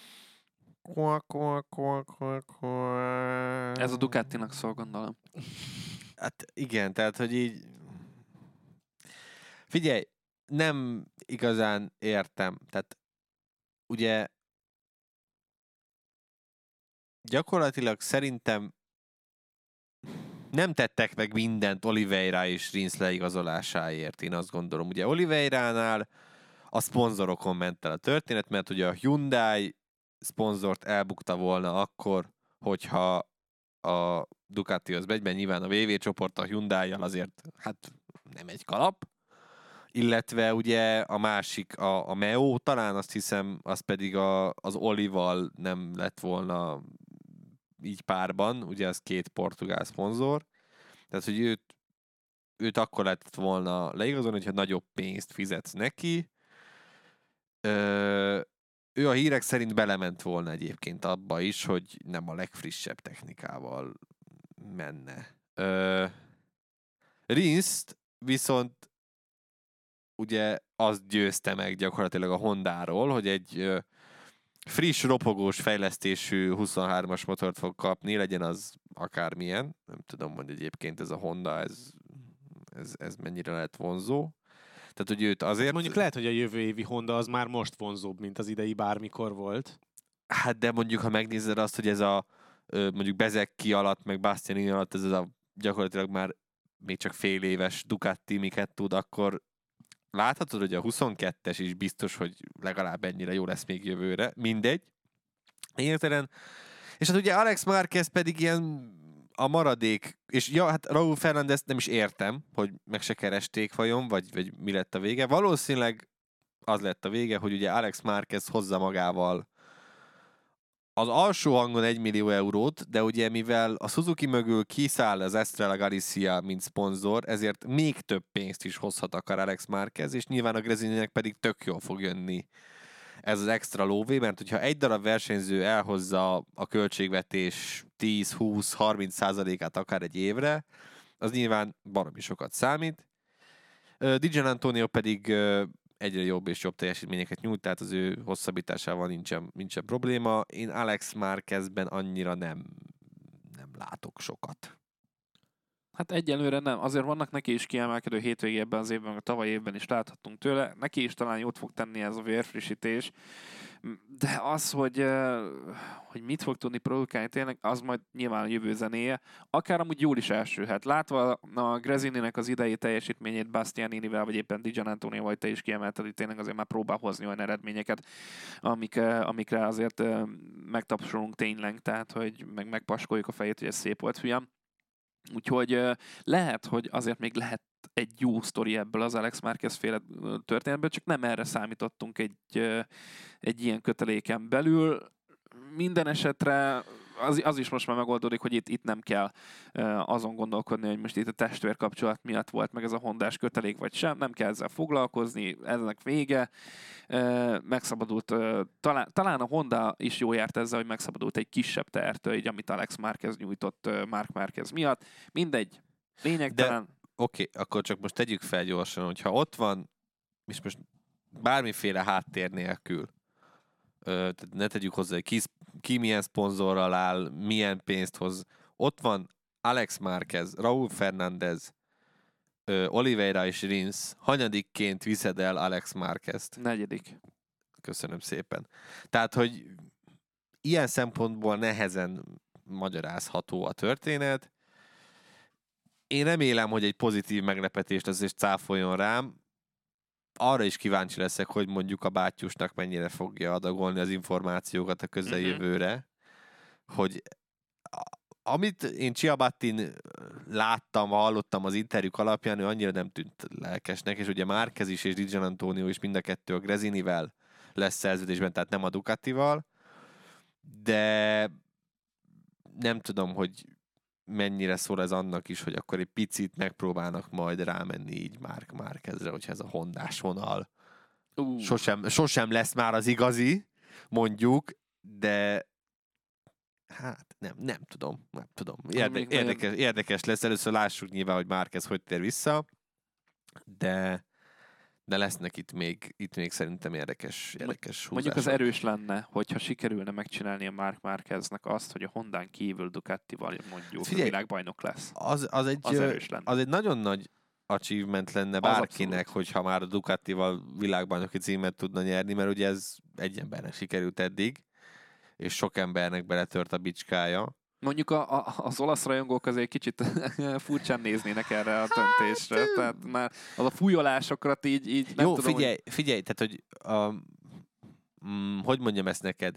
Ez a Ducatinak szól, gondolom. Hát igen, tehát, hogy így... Figyelj, nem igazán értem. Tehát ugye gyakorlatilag szerintem nem tettek meg mindent Oliveira és Rins leigazolásáért, én azt gondolom. Ugye Oliveiránál a szponzorokon ment el a történet, mert ugye a Hyundai szponzort elbukta volna akkor, hogyha a Ducati az egyben, nyilván a vé vé csoport a Hyundai-jal azért hát nem egy kalap, illetve ugye a másik, a, a Meo, talán azt hiszem, az pedig a, az Olival nem lett volna így párban, ugye az két portugál szponzor, tehát hogy őt, őt akkor lehetett volna leigazolni, hogyha nagyobb pénzt fizetsz neki. Ö, ő a hírek szerint belement volna egyébként abba is, hogy nem a legfrissebb technikával menne. Ö, Rinst viszont ugye azt győzte meg gyakorlatilag a Hondáról, hogy egy ö, friss, ropogós fejlesztésű huszonhármas motort fog kapni, legyen az akármilyen. Nem tudom, hogy egyébként ez a Honda, ez, ez, ez mennyire lehet vonzó. Tehát, hogy őt azért... Mondjuk lehet, hogy a jövő évi Honda az már most vonzóbb, mint az idei bármikor volt. Hát de mondjuk, ha megnézed azt, hogy ez a mondjuk Bezecchi alatt, meg Bastianini alatt ez a gyakorlatilag már még csak fél éves Ducati miket tud, akkor láthatod, hogy a huszonkettes is biztos, hogy legalább ennyire jó lesz még jövőre. Mindegy. Értelen. És hát ugye Alex Márquez pedig ilyen a maradék, és ja, hát Raúl Fernández nem is értem, hogy meg se keresték vajon, vagy, vagy mi lett a vége. Valószínűleg az lett a vége, hogy ugye Alex Márquez hozza magával az alsó hangon egy millió eurót, de ugye mivel a Suzuki mögül kiszáll az Estrella Galicia, mint szponzor, ezért még több pénzt is hozhat akar Alex Márquez, és nyilván a Gresininek pedig tök jól fog jönni ez az extra lóvé, mert hogyha egy darab versenyző elhozza a költségvetés tíz, húsz, harminc százalékát akár egy évre, az nyilván baromi sokat számít. Di Giannantonio pedig egyre jobb és jobb teljesítményeket nyújt, tehát az ő hosszabbításával nincsen, nincsen probléma. Én Alex Márquezben annyira nem, nem látok sokat. Hát egyelőre nem. Azért vannak neki is kiemelkedő hétvégé ebben az évben, a tavaly évben is láthattunk tőle. Neki is talán jót fog tenni ez a vérfrissítés. De az, hogy, hogy mit fog tudni produkálni tényleg, az majd nyilván a jövő zenéje. Akár amúgy jól is elsülhet. Látva a Gresininek az idei teljesítményét Bastianinivel, vagy éppen Di Giannantonioval, vagy te is kiemelted, hogy tényleg azért már próbál hozni olyan eredményeket, amik, amikre azért megtapsolunk tényleg, tehát hogy meg megpaskoljuk a fejét, hogy ez szép volt, fiam. Úgyhogy lehet, hogy azért még lehet egy jó sztori ebből az Alex Márquez féle történetből, csak nem erre számítottunk egy, egy ilyen köteléken belül. Minden esetre az, az is most már megoldódik, hogy itt, itt nem kell azon gondolkodni, hogy most itt a testvér kapcsolat miatt volt meg ez a hondás kötelék, vagy sem, nem kell ezzel foglalkozni, ennek vége. Megszabadult, talán, talán a Honda is jó járt ezzel, hogy megszabadult egy kisebb tertől, így amit Alex Márquez nyújtott Marc Márquez miatt. Mindegy, lényegtelen. De oké, okay, akkor csak most tegyük fel gyorsan, hogyha ott van, és most bármiféle háttér nélkül, ne tegyük hozzá, hogy ki, ki milyen szponzorral áll, milyen pénzt hoz. Ott van Alex Márquez, Raúl Fernández, Oliveira és Rins. Hanyadikként viszed el Alex Márquezt? Negyedik. Köszönöm szépen. Tehát, hogy ilyen szempontból nehezen magyarázható a történet. Én remélem, hogy egy pozitív meglepetést azért cáfoljon rám. Arra is kíváncsi leszek, hogy mondjuk a bátyusnak mennyire fogja adagolni az információkat a közeljövőre, uh-huh. hogy amit én Ciabattin láttam, hallottam az interjúk alapján, ő annyira nem tűnt lelkesnek, és ugye Márquez is és Di Giannantonio is mind a kettő a Gresinivel lesz szerződésben, tehát nem a Ducatival, de nem tudom, hogy mennyire szól ez annak is, hogy akkor egy picit megpróbálnak majd rámenni így Marc Márquezre, hogyha ez a hondás vonal uh. sosem, sosem lesz már az igazi, mondjuk, de hát nem, nem tudom, nem tudom. Érde, érdekes, érdekes lesz, először lássuk nyilván, hogy Márquez hogy tér vissza, de de lesznek itt még, itt még szerintem érdekes, érdekes húzások. Mondjuk az erős lenne, hogyha sikerülne megcsinálni a Marc Márqueznek azt, hogy a Hondán kívül Ducatival mondjuk Figyelj, világbajnok lesz. Az, az, egy, az erős lenne. Az egy nagyon nagy achievement lenne bárkinek, hogyha már a Ducatival világbajnoki címet tudna nyerni, mert ugye ez egy embernek sikerült eddig, és sok embernek beletört a bicskája. Mondjuk a, a, az olasz rajongók azért kicsit furcsán néznének erre a döntésre. Hát, tehát már az a fújolásokat így, így nem jó, tudom, figyelj, hogy... figyelj, tehát hogy a, mm, hogy mondjam ezt neked?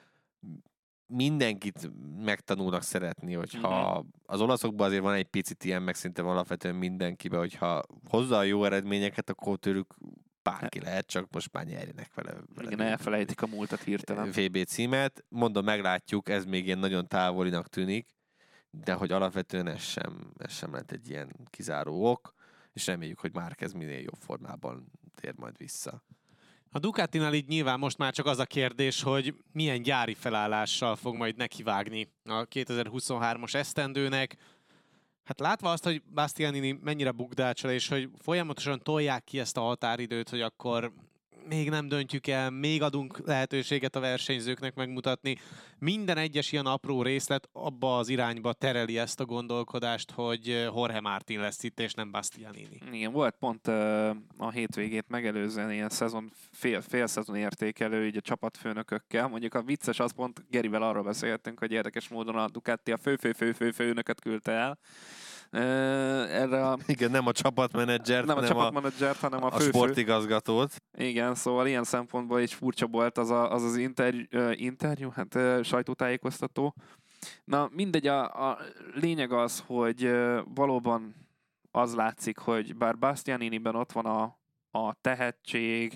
Mindenkit megtanulnak szeretni, hogyha mm-hmm. az olaszokban azért van egy picit ilyen, meg szinte alapvetően mindenkiben, hogyha hozza a jó eredményeket, akkor tőlük bárki lehet, csak most már nyerjenek vele. vele Igen, elfelejtik a múltat hirtelen. vé bé címet. Mondom, meglátjuk, ez még ilyen nagyon távolinak tűnik, de hogy alapvetően ez sem, ez sem lett egy ilyen kizáró ok, és reméljük, hogy Márquez minél jobb formában tér majd vissza. A Ducatinál így nyilván most már csak az a kérdés, hogy milyen gyári felállással fog majd nekivágni a kétezer-huszonhármas esztendőnek. Hát látva azt, hogy Bastianini mennyire bukdácsol, és hogy folyamatosan tolják ki ezt a határidőt, hogy akkor még nem döntjük el, még adunk lehetőséget a versenyzőknek megmutatni. Minden egyes ilyen apró részlet abba az irányba tereli ezt a gondolkodást, hogy Jorge Martin lesz itt, és nem Bastianini. Igen, volt pont uh, a hétvégét megelőzően ilyen szezon, fél, fél szezon értékelő így a csapatfőnökökkel. Mondjuk a vicces az pont, Gerivel arról beszéltünk, hogy érdekes módon a Ducati a fő-fő-fő-fő-főnököt küldte el. Uh, erre a... Igen, nem a csapatmenedzsert, nem a, hanem csapatmenedzsert, hanem a, a fő-fő. sportigazgatót. Igen, szóval ilyen szempontból is furcsa volt az a, az, az interjú, uh, interjú, hát uh, sajtótájékoztató. Na mindegy, a, a lényeg az, hogy uh, valóban az látszik, hogy bár Bastianiniben ott van a, a tehetség,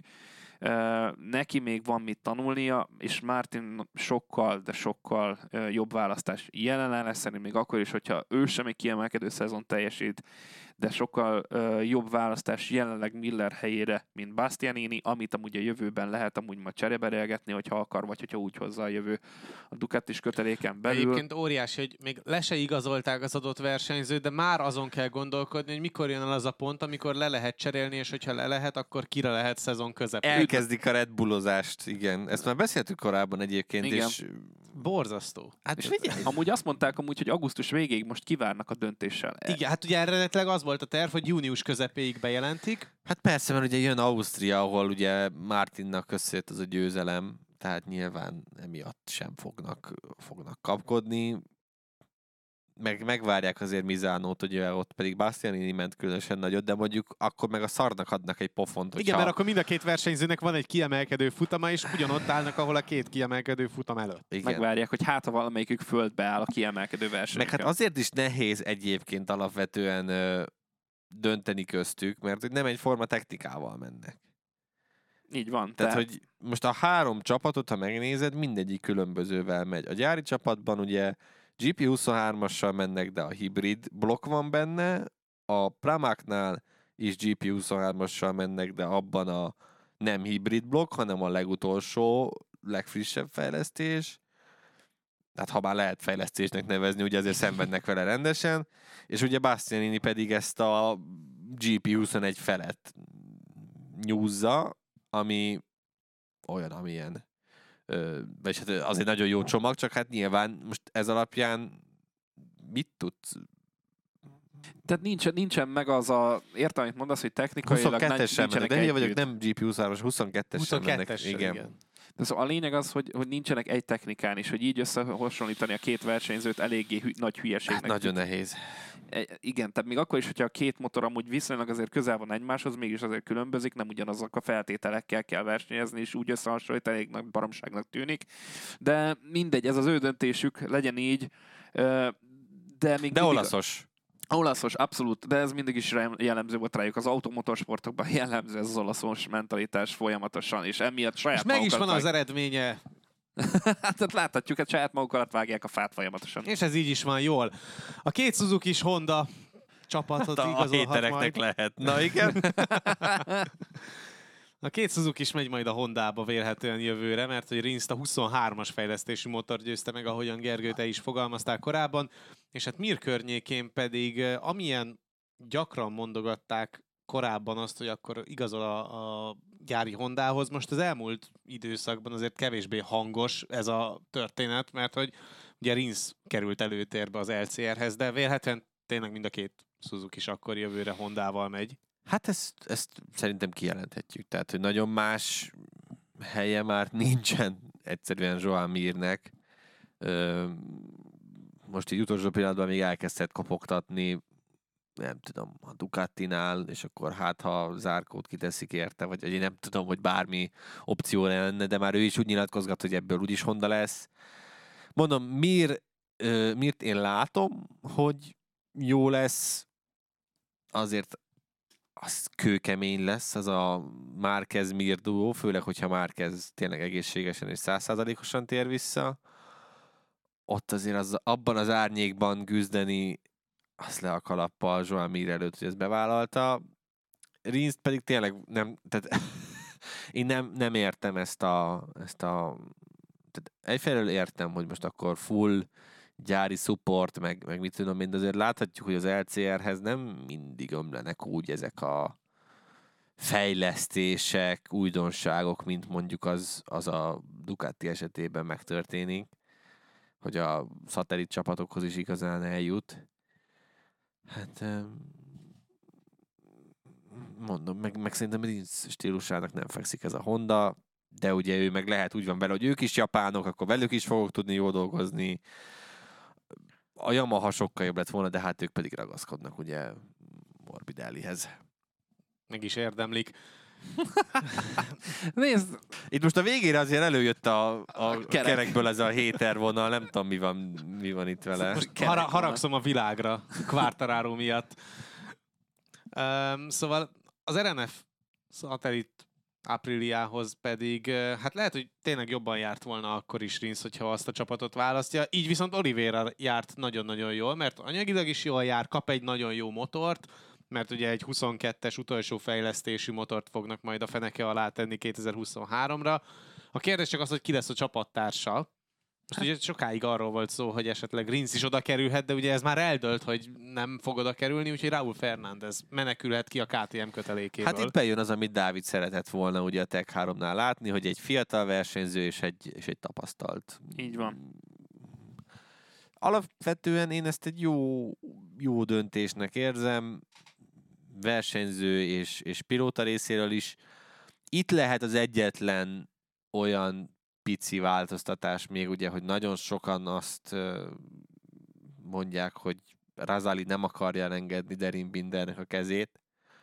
uh, neki még van mit tanulnia, és Martin sokkal, de sokkal uh, jobb választás jelen lesz, szerintem még akkor is, hogyha ő sem egy kiemelkedő szezon teljesít, de sokkal uh, jobb választás jelenleg Miller helyére, mint Bastianini, amit amúgy a jövőben lehet amúgy majd cseréberélgetni, hogyha akar, vagy hogyha úgy hozza a jövő a Ducatis köteléken belül. Egyébként óriási, hogy még le se igazolták az adott versenyzőt, de már azon kell gondolkodni, hogy mikor jön el az a pont, amikor le lehet cserélni, és hogyha le lehet, akkor kire lehet szezon közepén. Elkezdik a Red Bullozást, igen. Ezt már beszéltük korábban egyébként, igen. és... Borzasztó. Hát figyelj! Amúgy azt mondták amúgy, hogy augusztus végéig most kivárnak a döntéssel. Igen, hát ugye eredetileg az volt a terv, hogy június közepéig bejelentik. Hát persze, mert ugye jön Ausztria, ahol ugye Martinnak összejött az a győzelem, tehát nyilván emiatt sem fognak, fognak kapkodni. Meg, megvárják azért Misánót, ugye ott pedig Bastianini ment különösen nagyot, de mondjuk akkor meg a szarnak adnak egy pofont. Hogyha... Igen, mert akkor mind a két versenyzőnek van egy kiemelkedő futama, és ugyanott állnak, ahol a két kiemelkedő futam előtt. Igen. Megvárják, hogy hát ha valamelyikük földbe áll a kiemelkedő versenyeken. Meg hát azért is nehéz egyébként alapvetően ö, dönteni köztük, mert hogy nem egyforma technikával mennek. Így van. Tehát, tehát, hogy most a három csapatot, ha megnézed, mindegyik különbözővel megy. A gyári csapatban ugye gé pé huszonhármassal mennek, de a hibrid blokk van benne, a Pramáknál is gé pé huszonhármassal mennek, de abban a nem hibrid blokk, hanem a legutolsó, legfrissebb fejlesztés. Hát ha már lehet fejlesztésnek nevezni, ugye azért szenvednek vele rendesen, és ugye Bastianini pedig ezt a gé pé huszonegy felett nyúzza, ami olyan, amilyen. Ö, vagy hát az egy nagyon jó csomag, csak hát nyilván most ez alapján mit tudsz? Tehát nincsen, nincsen meg az a, értem, amit mondasz, hogy technikailag huszonkettesen mennek, de vagyok, nem gé pé huszonhármas, huszonkettesen mennek. Igen. igen. De szóval a lényeg az, hogy, hogy nincsenek egy technikán is, hogy így összehasonlítani a két versenyzőt eléggé hü- nagy hülyeségnek. Hát nagyon nehéz. E, igen, tehát még akkor is, hogyha a két motor amúgy viszonylag azért közel van egymáshoz, mégis azért különbözik, nem ugyanazok a feltételekkel kell versenyezni, és úgy összehasonlít, elég nagy baromságnak tűnik. De mindegy, ez az ő döntésük, legyen így. De, még de olaszos. Olaszos, abszolút, de ez mindig is jellemző volt rájuk. Az automotorsportokban jellemző ez az olaszos mentalitás folyamatosan, és emiatt saját és meg is van vág... az eredménye. Hát láthatjuk, hogy saját maguk alatt vágják a fát folyamatosan. És ez így is van jól. A két Suzuki-s Honda csapatot hát igazolhat majd. A hétereknek lehet. Na igen. A két Suzuki is megy majd a Hondába vélhetően jövőre, mert hogy Rins a huszonhármas fejlesztésű motor győzte meg, ahogyan Gergő, te is fogalmaztál korábban, és hát Mir környékén pedig amilyen gyakran mondogatták korábban azt, hogy akkor igazol a, a gyári Hondához, most az elmúlt időszakban azért kevésbé hangos ez a történet, mert hogy ugye Rins került előtérbe az el cé er-hez, de vélhetően tényleg mind a két Suzuki is akkor jövőre Hondával megy. Hát ezt, ezt szerintem kijelenthetjük. Tehát, hogy nagyon más helye már nincsen egyszerűen Joan Mirnek. Most így utolsó pillanatban még elkezdett kopogtatni, nem tudom, a Ducatinál, és akkor hát, ha zárkót kiteszik érte, vagy én nem tudom, hogy bármi opció lenne, de már ő is úgy nyilatkozgat, hogy ebből úgyis Honda lesz. Mondom, Mir, Mirt én látom, hogy jó lesz, azért az kőkemény lesz, az a Márquez-Mir duó, főleg, hogyha Márquez tényleg egészségesen és száz százalékosan tér vissza. Ott azért az, abban az árnyékban küzdeni, azt le a kalappal Joan Mir előtt, hogy ezt bevállalta. Rins pedig tényleg nem, tehát én nem, nem értem ezt a, ezt a tehát egyfelől értem, hogy most akkor full gyári support, meg, meg mit tudom én, de azért láthatjuk, hogy az el cé er-hez nem mindig ömlenek úgy ezek a fejlesztések, újdonságok, mint mondjuk az, az a Ducati esetében megtörténik, hogy a szatellit csapatokhoz is igazán eljut. Hát mondom, meg, meg szerintem Rins stílusának nem fekszik ez a Honda, de ugye ő meg lehet úgy van vele, hogy ők is japánok, akkor velük is fogok tudni jól dolgozni. A Yamaha sokkal jobb lett volna, de hát ők pedig ragaszkodnak ugye Morbidellihez. Meg is érdemlik. Nézd! Itt most a végére azért előjött a, a, a kerek. kerekből ez a héter vonal, nem tudom mi van, mi van itt vele. Most hara- haragszom a világra Quartararo miatt. Um, szóval az er en ef szatellit Apriliához pedig, hát lehet, hogy tényleg jobban járt volna akkor is Rins, hogyha azt a csapatot választja. Így viszont Oliveira járt nagyon-nagyon jól, mert anyagilag is jól jár, kap egy nagyon jó motort, mert ugye egy huszonkettes utolsó fejlesztésű motort fognak majd a feneke alá tenni kétezer-huszonháromra. A kérdés csak az, hogy ki lesz a csapattársa. Most ugye sokáig arról volt szó, hogy esetleg Rins is oda kerülhet, de ugye ez már eldölt, hogy nem fog oda kerülni, úgyhogy Raúl Fernández menekülhet ki a ká té em kötelékéből. Hát itt bejön az, amit Dávid szeretett volna ugye a Tech háromnál látni, hogy egy fiatal versenyző és egy, és egy tapasztalt. Így van. Alapvetően én ezt egy jó, jó döntésnek érzem, versenyző és, és pilóta részéről is. Itt lehet az egyetlen olyan pici változtatás még ugye, hogy nagyon sokan azt mondják, hogy Razali nem akarja elengedni Derin Bindernek a kezét,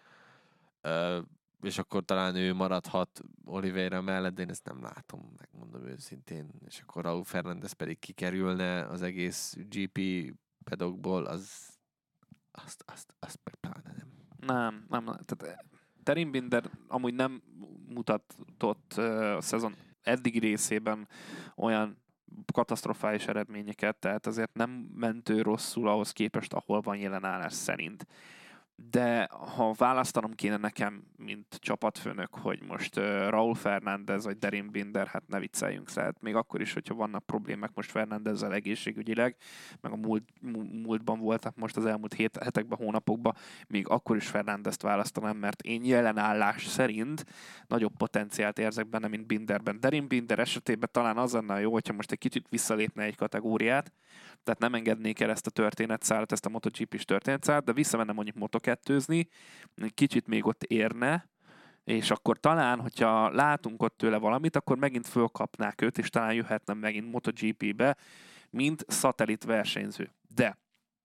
és akkor talán ő maradhat Oliveira mellett, de én ezt nem látom, megmondom őszintén, és akkor Raúl Fernández pedig kikerülne az egész gé pé pedokból, az azt, azt, azt meg pláne nem. Nem, nem, nem. Tehát Derin Binder amúgy nem mutatott uh, a szezon eddigi részében olyan katasztrofális eredményeket, tehát azért nem mentő rosszul ahhoz képest, ahol van jelen állás szerint. De ha választanom kéne nekem, mint csapatfőnök, hogy most uh, Raúl Fernández vagy Derin Binder, hát ne vicceljünk, szóval még akkor is, hogyha vannak problémák most Fernándezzel egészségügyileg, meg a múlt, múltban voltak most az elmúlt hét, hetekben, hónapokban, még akkor is Fernándezt választanám, mert én jelen állás szerint nagyobb potenciált érzek benne, mint Binderben. Derin Binder esetében talán az lenne jó, hogyha most egy kicsit visszalépne egy kategóriát, tehát nem engednék el ezt a történetszálat, ezt a MotoGP-s történetszálat, de visszamenne mondjuk motokettőzni, kicsit még ott érne, és akkor talán, hogyha látunk ott tőle valamit, akkor megint fölkapnák őt, és talán jöhetne megint MotoGP-be, mint szatellit versenyző. De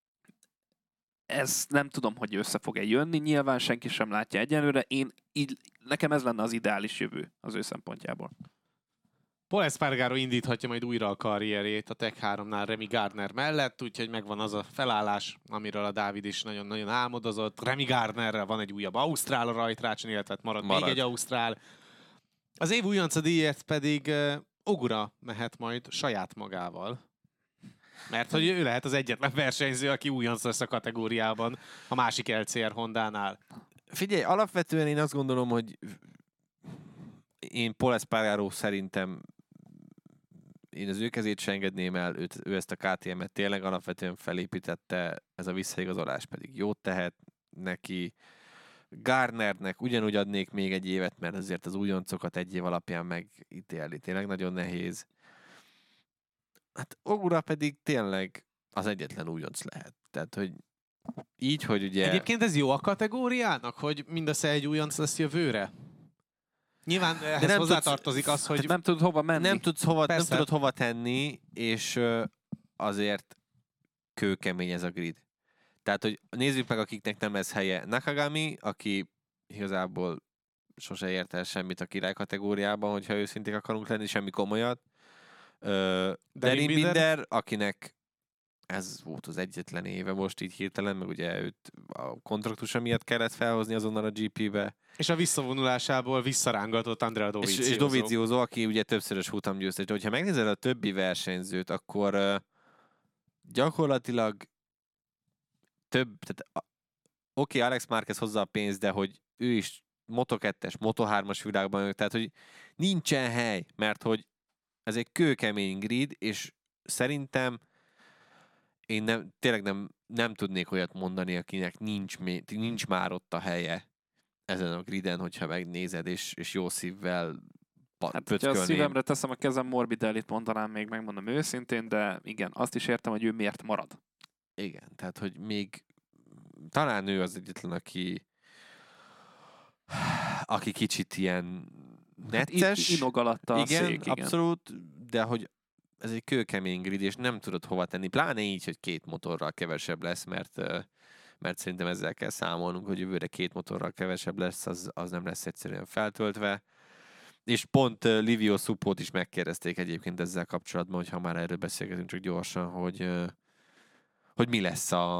ez nem tudom, hogy össze fog-e jönni, nyilván senki sem látja egyenlőre, én így, nekem ez lenne az ideális jövő az ő szempontjából. Pol Espargaro indíthatja majd újra a karrierjét a Tech háromnál Remy Gardner mellett, úgyhogy megvan az a felállás, amiről a Dávid is nagyon-nagyon álmodozott. Remy Gardnerrel van egy újabb ausztrál a rajtrácson, illetve marad, marad még egy ausztrál. Az év újonca díjért pedig uh, Ogura mehet majd saját magával. Mert hogy ő lehet az egyetlen versenyző, aki újonc lesz a kategóriában a másik el cé er Hondánál. Figyelj, alapvetően én azt gondolom, hogy én Pol Espargaro szerintem én az ő kezét se engedném el, őt, ő ezt a ká té em-et tényleg alapvetően felépítette, ez a visszaigazolás pedig jót tehet neki. Garnernek ugyanúgy adnék még egy évet, mert azért az újoncokat egy év alapján megítélni tényleg nagyon nehéz. Hát Ogura pedig tényleg az egyetlen újonc lehet. Tehát, hogy így, hogy ugye... Egyébként ez jó a kategóriának, hogy mindössze egy újonc lesz jövőre? Nyilván ehhez nem hozzátartozik tudsz, az, hogy... Nem tudod hova menni. Nem tudsz hova, nem Persze. tudod hova tenni, és azért kőkemény ez a grid. Tehát, hogy nézzük meg, akiknek nem lesz helye. Nakagami, aki igazából sose ért el semmit a király kategóriában, hogyha őszinték akarunk lenni, semmi komolyat. Derin Binder, akinek ez volt az egyetlen éve most így hirtelen, meg ugye őt a kontraktusa miatt kellett felhozni azonnal a gé pé-be. És a visszavonulásából visszarángatott Andrea Dovizioso. És, és Dovizioso, aki ugye többszörös futamgyőztes. De hogyha megnézed a többi versenyzőt, akkor uh, gyakorlatilag több, tehát oké, okay, Alex Márquez hozza a pénzt, de hogy ő is moto kettes, moto hármas világban, tehát hogy nincsen hely, mert hogy ez egy kőkemény grid, és szerintem én nem, tényleg nem, nem tudnék olyat mondani, akinek nincs, nincs már ott a helye ezen a griden, hogyha megnézed, és, és jó szívvel hát, hogyha a szívemre teszem a kezem, Morbidellit mondanám még, megmondom őszintén, de igen, azt is értem, hogy ő miért marad. Igen, tehát, hogy még talán ő az egyetlen, aki aki kicsit ilyen necces. Hát inog alatta a igen, szék, igen, abszolút, de hogy ez egy kőkemény grid, és nem tudod hova tenni. Pláne így, hogy két motorral kevesebb lesz, mert, mert szerintem ezzel kell számolnunk, hogy jövőre két motorral kevesebb lesz, az, az nem lesz egyszerűen feltöltve. És pont Livio Suppót is megkérdezték egyébként ezzel kapcsolatban, hogy ha már erről beszélgetünk csak gyorsan, hogy, hogy mi lesz a,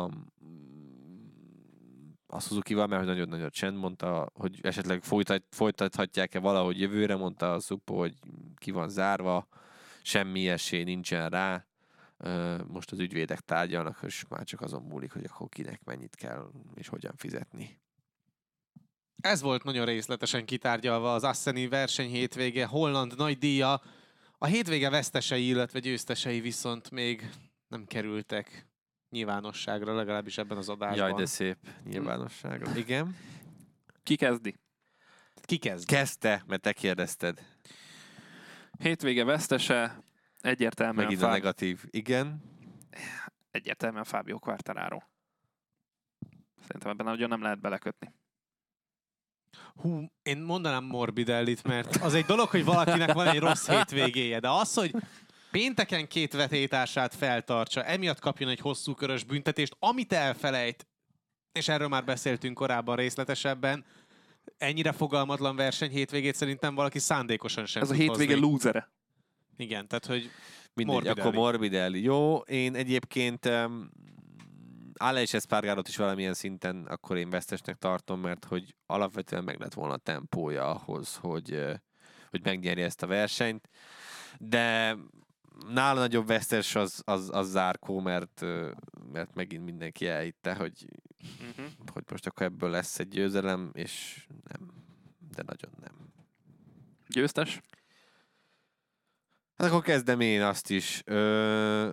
a Suzuki-val, mert nagyon nagyot csend, mondta, hogy esetleg folytat, folytathatják-e valahogy jövőre, mondta a Suppó, hogy ki van zárva, semmi esély nincsen rá. Most az ügyvédek tárgyalnak, és már csak azon múlik, hogy akkor kinek mennyit kell, és hogyan fizetni. Ez volt nagyon részletesen kitárgyalva az Asseni verseny hétvége, Holland nagydíja. A hétvége vesztesei, illetve győztesei viszont még nem kerültek nyilvánosságra, legalábbis ebben az adásban. Jaj, de szép nyilvánosságra. Igen. Ki kezdi? Ki kezd? Kezdte, mert te kérdezted. Hétvége vesztese, egyértelműen, Megint Fá... a negatív. Igen. egyértelműen Fábio Quartararo. Szerintem ebben nagyon nem lehet belekötni. Hú, én mondanám Morbidellit, mert az egy dolog, hogy valakinek van egy rossz hétvégéje, de az, hogy pénteken két vetétársát feltartsa, emiatt kapjon egy hosszú körös büntetést, amit elfelejt, és erről már beszéltünk korábban részletesebben, ennyire fogalmatlan verseny hétvégét szerintem valaki szándékosan sem Ez a tud hétvége hozni. lúzere. Igen, tehát hogy Mindegy, Morbidelli. akkor Morbidelli. Jó, én egyébként um, Alex Espargarot is valamilyen szinten akkor én vesztesnek tartom, mert hogy alapvetően meg lett volna a tempója ahhoz, hogy, uh, hogy megnyerje ezt a versenyt. De nála nagyobb vesztes az, az, az Zarco, mert, uh, mert megint mindenki elhitte, hogy, Uh-huh. hogy most akkor ebből lesz egy győzelem, és nem, de nagyon nem. Győztes? Hát akkor kezdem én azt is. Ö...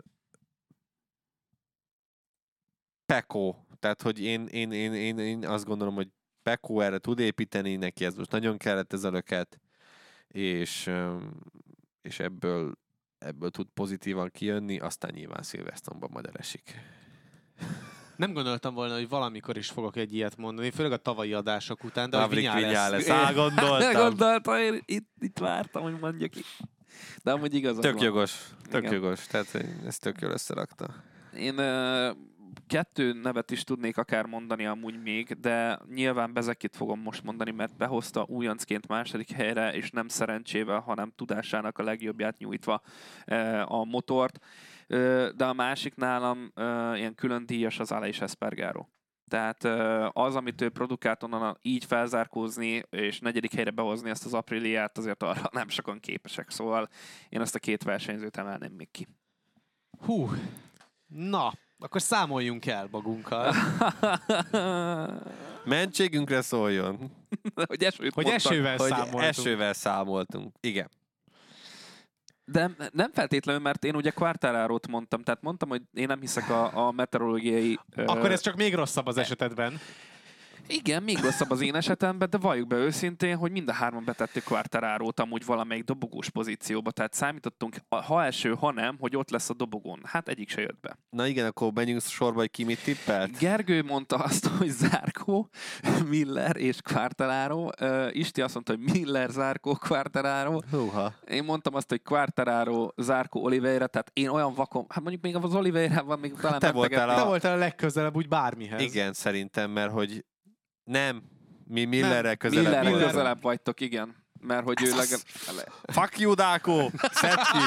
Pecco. Tehát, hogy én, én, én, én, én azt gondolom, hogy Pecco erre tud építeni, neki ez most nagyon kellett ez a löket, és, és ebből, ebből tud pozitívan kijönni, aztán nyilván Silverstone-ban majd elesik. nem gondoltam volna, hogy valamikor is fogok egy ilyet mondani, főleg a tavalyi adások után, de Maverick hogy Viñales. Á, gondoltam. Gondoltam, én itt, itt vártam, hogy mondja ki. De amúgy igazad Tök van. jogos. Tök Igen. jogos. Tehát hogy ezt tök jól összerakta. Én ö, kettő nevet is tudnék akár mondani amúgy még, de nyilván Bezekit fogom most mondani, mert behozta újoncként második helyre, és nem szerencsével, hanem tudásának a legjobbját nyújtva ö, a motort. Ö, de a másik nálam ö, ilyen külön díjas az Alex Espargaro. Tehát az, amit ő produkált onnan így felzárkózni, és negyedik helyre behozni ezt az Apriliát, azért arra nem sokan képesek. Szóval én ezt a két versenyzőt emelném még ki. Hú, na, akkor számoljunk el magunkkal. Mentségünkre szóljon. hogy esőt Hogy mondtak. esővel Hogy számoltunk. esővel számoltunk. Igen. De nem feltétlenül, mert én ugye Quartararót mondtam, tehát mondtam, hogy én nem hiszek a, a meteorológiai... Akkor ez csak még rosszabb az esetedben. Igen, még rosszabb az én esetemben, de valljuk be őszintén, hogy mind a hárman betettük Quartararót amúgy valamelyik dobogós pozícióba, tehát számítottunk, ha eső, ha nem, hogy ott lesz a dobogón. Hát egyik se jött be. Na igen, akkor menjünk sorba, hogy ki mit tippelt. Gergő mondta azt, hogy Zarco, Miller és Quartararo. Uh, Isti azt mondta, hogy Miller, Zarco, Quartararo. Húha. Én mondtam azt, hogy Quartararo, Zarco, Oliveira, tehát én olyan vakom, hát mondjuk még az Oliveirában még talán te voltál Te a... voltál a legközelebb úgy bármihez. Igen, szerintem, mert hogy nem, mi Millerrel közelebb Millerrel voltunk. közelebb vagytok, igen. Mert hogy ő legalább... Fuck you, Dákó! Szedd ki!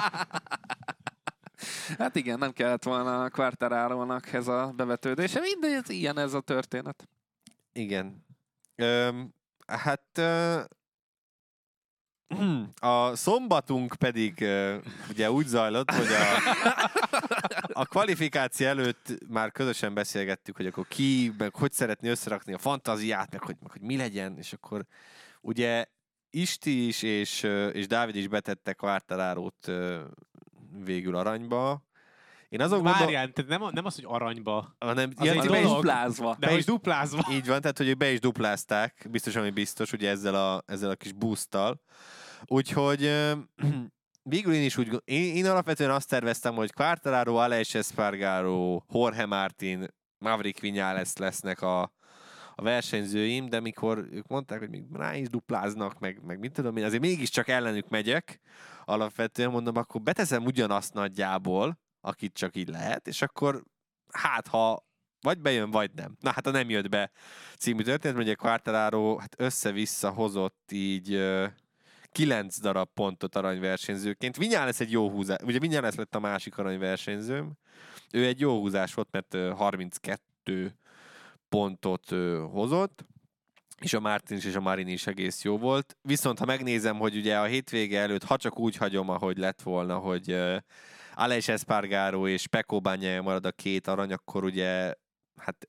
Hát igen, nem kellett volna a Quartararónak ez a bevetődése. Mindegy, ez ilyen ez a történet. Igen. Öm, hát ö, a szombatunk pedig ö, ugye úgy zajlott, hogy a, a kvalifikáció előtt már közösen beszélgettük, hogy akkor ki, meg hogy szeretné összerakni a fantáziát, meg hogy, meg hogy mi legyen, és akkor ugye Isti is és, ö, és Dávid is betettek Quartararót ö, végül aranyba. Én azon Várjál, tehát nem, nem az, hogy aranyba, hanem az ilyen egy Be is dolog. duplázva. de hogy duplázva. így van, tehát hogy ők be is duplázták, biztos, ami biztos, ugye ezzel a, ezzel a kis boosttal. Úgyhogy ö, végül én is úgy, én, én alapvetően azt terveztem, hogy Quartararo, Aleix Espargaro, Jorge Martin, Maverick Viñales lesznek a, a versenyzőim, de mikor ők mondták, hogy még rá is dupláznak, meg, meg mit tudom én, azért mégiscsak ellenük megyek, alapvetően mondom, akkor beteszem ugyanazt nagyjából, akit csak így lehet, és akkor hát ha vagy bejön, vagy nem. Na hát a nem jött be című történet, ugye Quartararo hát össze-vissza hozott így uh, kilenc darab pontot aranyversenyzőként. Viñales egy jó húzás, ugye Viñales lett a másik aranyversenyzőm. Ő egy jó húzás volt, mert uh, harminckettő pontot uh, hozott, és a Martin és a Marini is egész jó volt. Viszont ha megnézem, hogy ugye a hétvége előtt, ha csak úgy hagyom, ahogy lett volna, hogy uh, Aleix Espargaro és Pecco Bagnaia marad a két arany, akkor ugye hát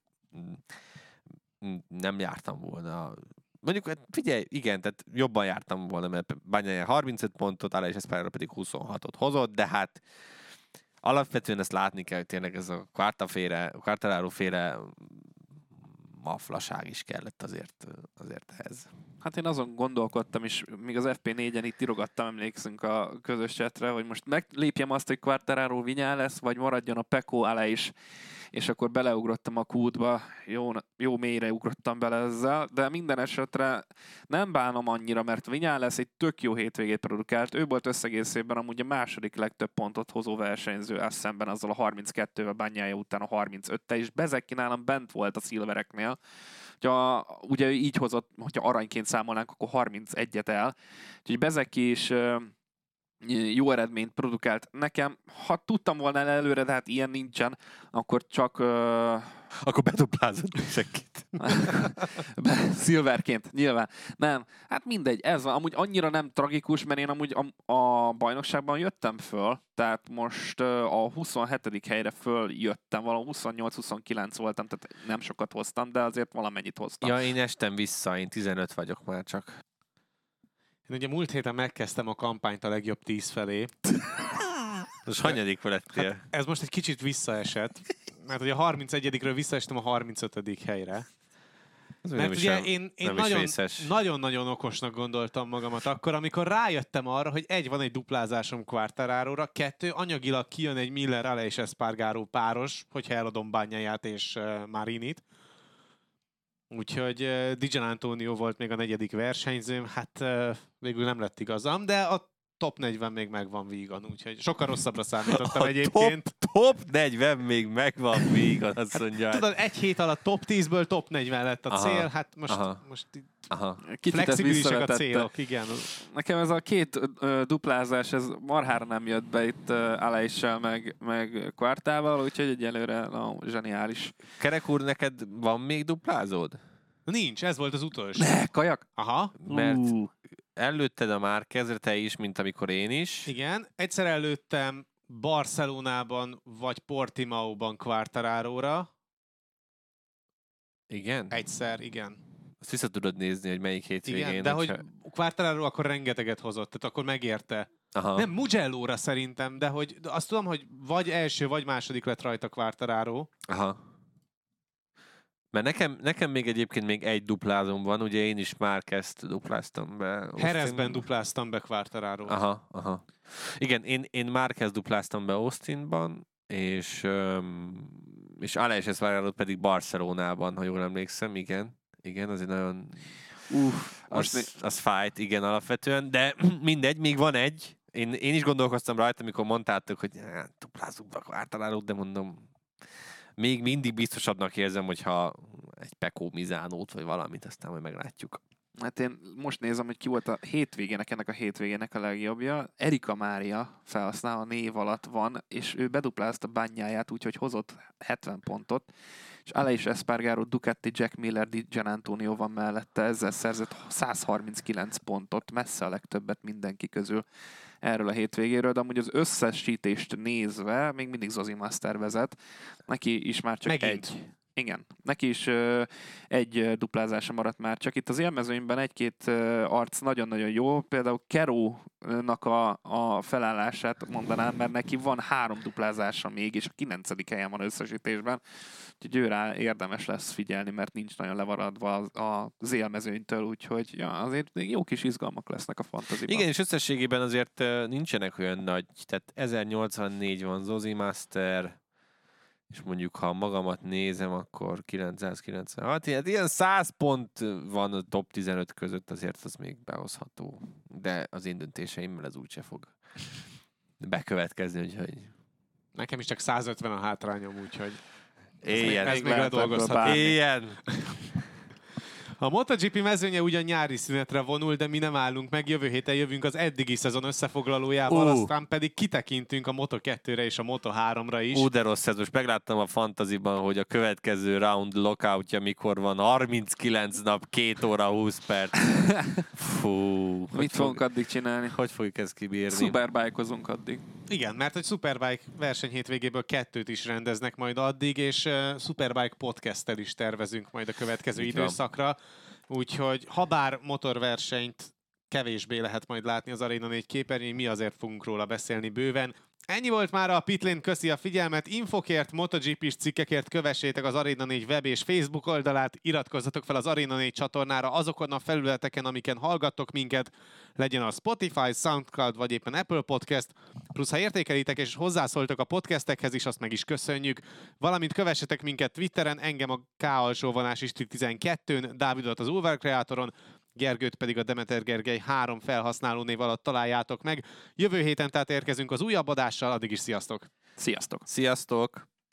nem jártam volna. Mondjuk, hát figyelj, igen, tehát jobban jártam volna, mert Bagnaia harmincöt pontot, Aleix Espargaro pedig huszonhatot hozott, de hát alapvetően ezt látni kell, hogy tényleg ez a Quartararo féle maflaság is kellett azért, azért ehhez. Hát én azon gondolkodtam is, még az ef pé négyen itt írogattam, emlékszünk a közös chatre, hogy most meglépjem azt, hogy Quartararo Viñales, vagy maradjon a Pecco Aleix, és akkor beleugrottam a kútba, jó, jó mélyre ugrottam bele ezzel, de minden esetre nem bánom annyira, mert Viñales egy tök jó hétvégét produkált, ő volt összegészében amúgy a második legtöbb pontot hozó versenyző, ezt szemben azzal a harminckettővel Bagnaia után a harmincöttel, és Bezeki nálam bent volt a szilvereknél. Ha ugye így hozott, hogyha aranyként számolnánk, akkor harmincegyet el. Úgyhogy Bezeki is jó eredményt produkált nekem. Ha tudtam volna előre, de hát ilyen nincsen, akkor csak... Uh... Akkor beduplázott senkit. Szilverként, nyilván. Nem, hát mindegy, ez van. Amúgy annyira nem tragikus, mert én amúgy a, a bajnokságban jöttem föl, tehát most uh, a huszonhetedik helyre föl jöttem, valahol huszonnyolc-huszonkilenc voltam, tehát nem sokat hoztam, de azért valamennyit hoztam. Ja, én estem vissza, én tizenöt vagyok már csak. Én ugye múlt héten megkezdtem a kampányt a legjobb tíz felé. Most hanyadik lettél? Hát ez most egy kicsit visszaesett, mert ugye a harmincegyedikről visszaestem a harmincötödik helyre. Ez Mert ugye sem, én, én nem nagyon, vészes. nagyon-nagyon okosnak gondoltam magamat akkor, amikor rájöttem arra, hogy egy, van egy duplázásom Quartararóra, kettő, anyagilag kijön egy Miller Aleix Espargaro páros, hogyha eladom Bagnaiát és uh, Marinit. Úgyhogy uh, Di Antonio volt még a negyedik versenyzőm, hát uh, végül nem lett igazam, de a top negyven még megvan vígan, úgyhogy sokkal rosszabbra számítottam A egyébként. Top, top negyven még megvan vígan, azt mondja. Tudod, egy hét alatt top tízből top negyven lett a Aha, cél, hát most, aha. most Aha. Kicsit ezt flexibilisek a visszavetette. célok, igen. Nekem ez a két ö, duplázás, ez marhára nem jött be itt uh, Aleix-sel, meg, meg Quartával, úgyhogy egyelőre no, zseniális. Kerek úr, neked van még duplázód? Nincs, ez volt az utolsó. Ne, kajak! Aha, Mert Uh. előtted a Márquezre, te is, mint amikor én is. igen. Egyszer előttem Barcelonában vagy Portimaóban Quartararóra. Igen? Egyszer, igen. Azt vissza tudod nézni, hogy melyik hétvégén. Igen, de hogyha... hogy Quartararo akkor rengeteget hozott, tehát akkor megérte. Aha. Nem, Mugello-ra szerintem, de hogy de azt tudom, hogy vagy első, vagy második lett rajta Quartararo. Aha. Mert nekem, nekem még egyébként még egy duplázom van, ugye én is már kezd dupláztam be. Jerezben dupláztam be Quartararo. Aha, aha. Igen, én, én már kezd dupláztam be Austinban, és, um, és Aleix Espargaró pedig Barcelonában, ha jól emlékszem, igen. Igen, az egy nagyon... Uff, az, most az fájt, igen, alapvetően, de mindegy, még van egy. Én, én is gondolkoztam rajta, amikor mondtátok, hogy hát, duplázunk be Quartararót, de mondom, még mindig biztosabbnak érzem, hogyha egy Pecco Misánót, vagy valamit, aztán majd meglátjuk. Hát én most nézem, hogy ki volt a hétvégének, ennek a hétvégének a legjobbja. Erika Mária felhasználó név alatt van, és ő beduplázta bányáját, úgyhogy hozott hetven pontot, és Aleix Espargaró, Ducati, Jack Miller, Di Gianantonio van mellette, ezzel szerzett száz harminckilenc pontot, messze a legtöbbet mindenki közül erről a hétvégéről, de amúgy az összesítést nézve még mindig Zosi Master vezet. Neki is már csak Megint. egy... Igen, neki is ö, egy ö, duplázása maradt már, csak itt az élmezőnyben egy-két ö, arc nagyon-nagyon jó, például Kerónak a, a felállását mondanám, mert neki van három duplázása még, és a kilencedik helyen van összesítésben, úgyhogy őrá érdemes lesz figyelni, mert nincs nagyon levaradva az, az élmezőnytől, úgyhogy ja, azért jó kis izgalmak lesznek a fantaziban. Igen, és összességében azért uh, nincsenek olyan nagy, tehát ezernyolcvannégy van Zosi Master, és mondjuk, ha magamat nézem, akkor kilencszázkilencvenhat. Hát ilyen száz pont van a top tizenöt között, azért az még behozható. De az én döntéseimmel ez úgyse fog bekövetkezni, úgyhogy... Nekem is csak százötven a hátrányom, úgyhogy éljen. ez még ledolgozható. Éljen. A MotoGP mezőnye ugyan nyári szünetre vonul, de mi nem állunk meg. Jövő héten jövünk az eddigi szezon összefoglalójával, Uh. aztán pedig kitekintünk a Moto kettőre és a Moto háromra is. Ú, de rossz ez. Most megláttam a fantaziban, hogy a következő round lockoutja mikor van. harminckilenc nap, két óra, húsz perc. Fú. Mit hogy fogunk fog, addig csinálni? hogy fogjuk ezt kibírni? Superbike-ozunk addig. Igen, mert egy Superbike verseny hétvégéből kettőt is rendeznek majd addig, és uh, Superbike podcasttel is tervezünk majd a következő Így van. időszakra. Úgyhogy ha bár motorversenyt kevésbé lehet majd látni az Arena négy képernyőn, mi azért fogunk róla beszélni bőven. Ennyi volt már a Pitlane, köszi a figyelmet, infokért, MotoGP-s cikkekért kövessétek az Arena négy web és Facebook oldalát, iratkozzatok fel az Arena négy csatornára azokon a felületeken, amiken hallgattok minket, legyen a Spotify, SoundCloud vagy éppen Apple Podcast, plusz ha értékelitek és hozzászóltok a podcastekhez is, azt meg is köszönjük. Valamint kövessetek minket Twitteren, engem a K alsóvonás Istri tizenkettőn, Dávidot az Ulvar Kreatoron, Gergőt pedig a Demeter Gergely három felhasználó név alatt találjátok meg. Jövő héten tehát érkezünk az újabb adással, addig is sziasztok! Sziasztok! Sziasztok!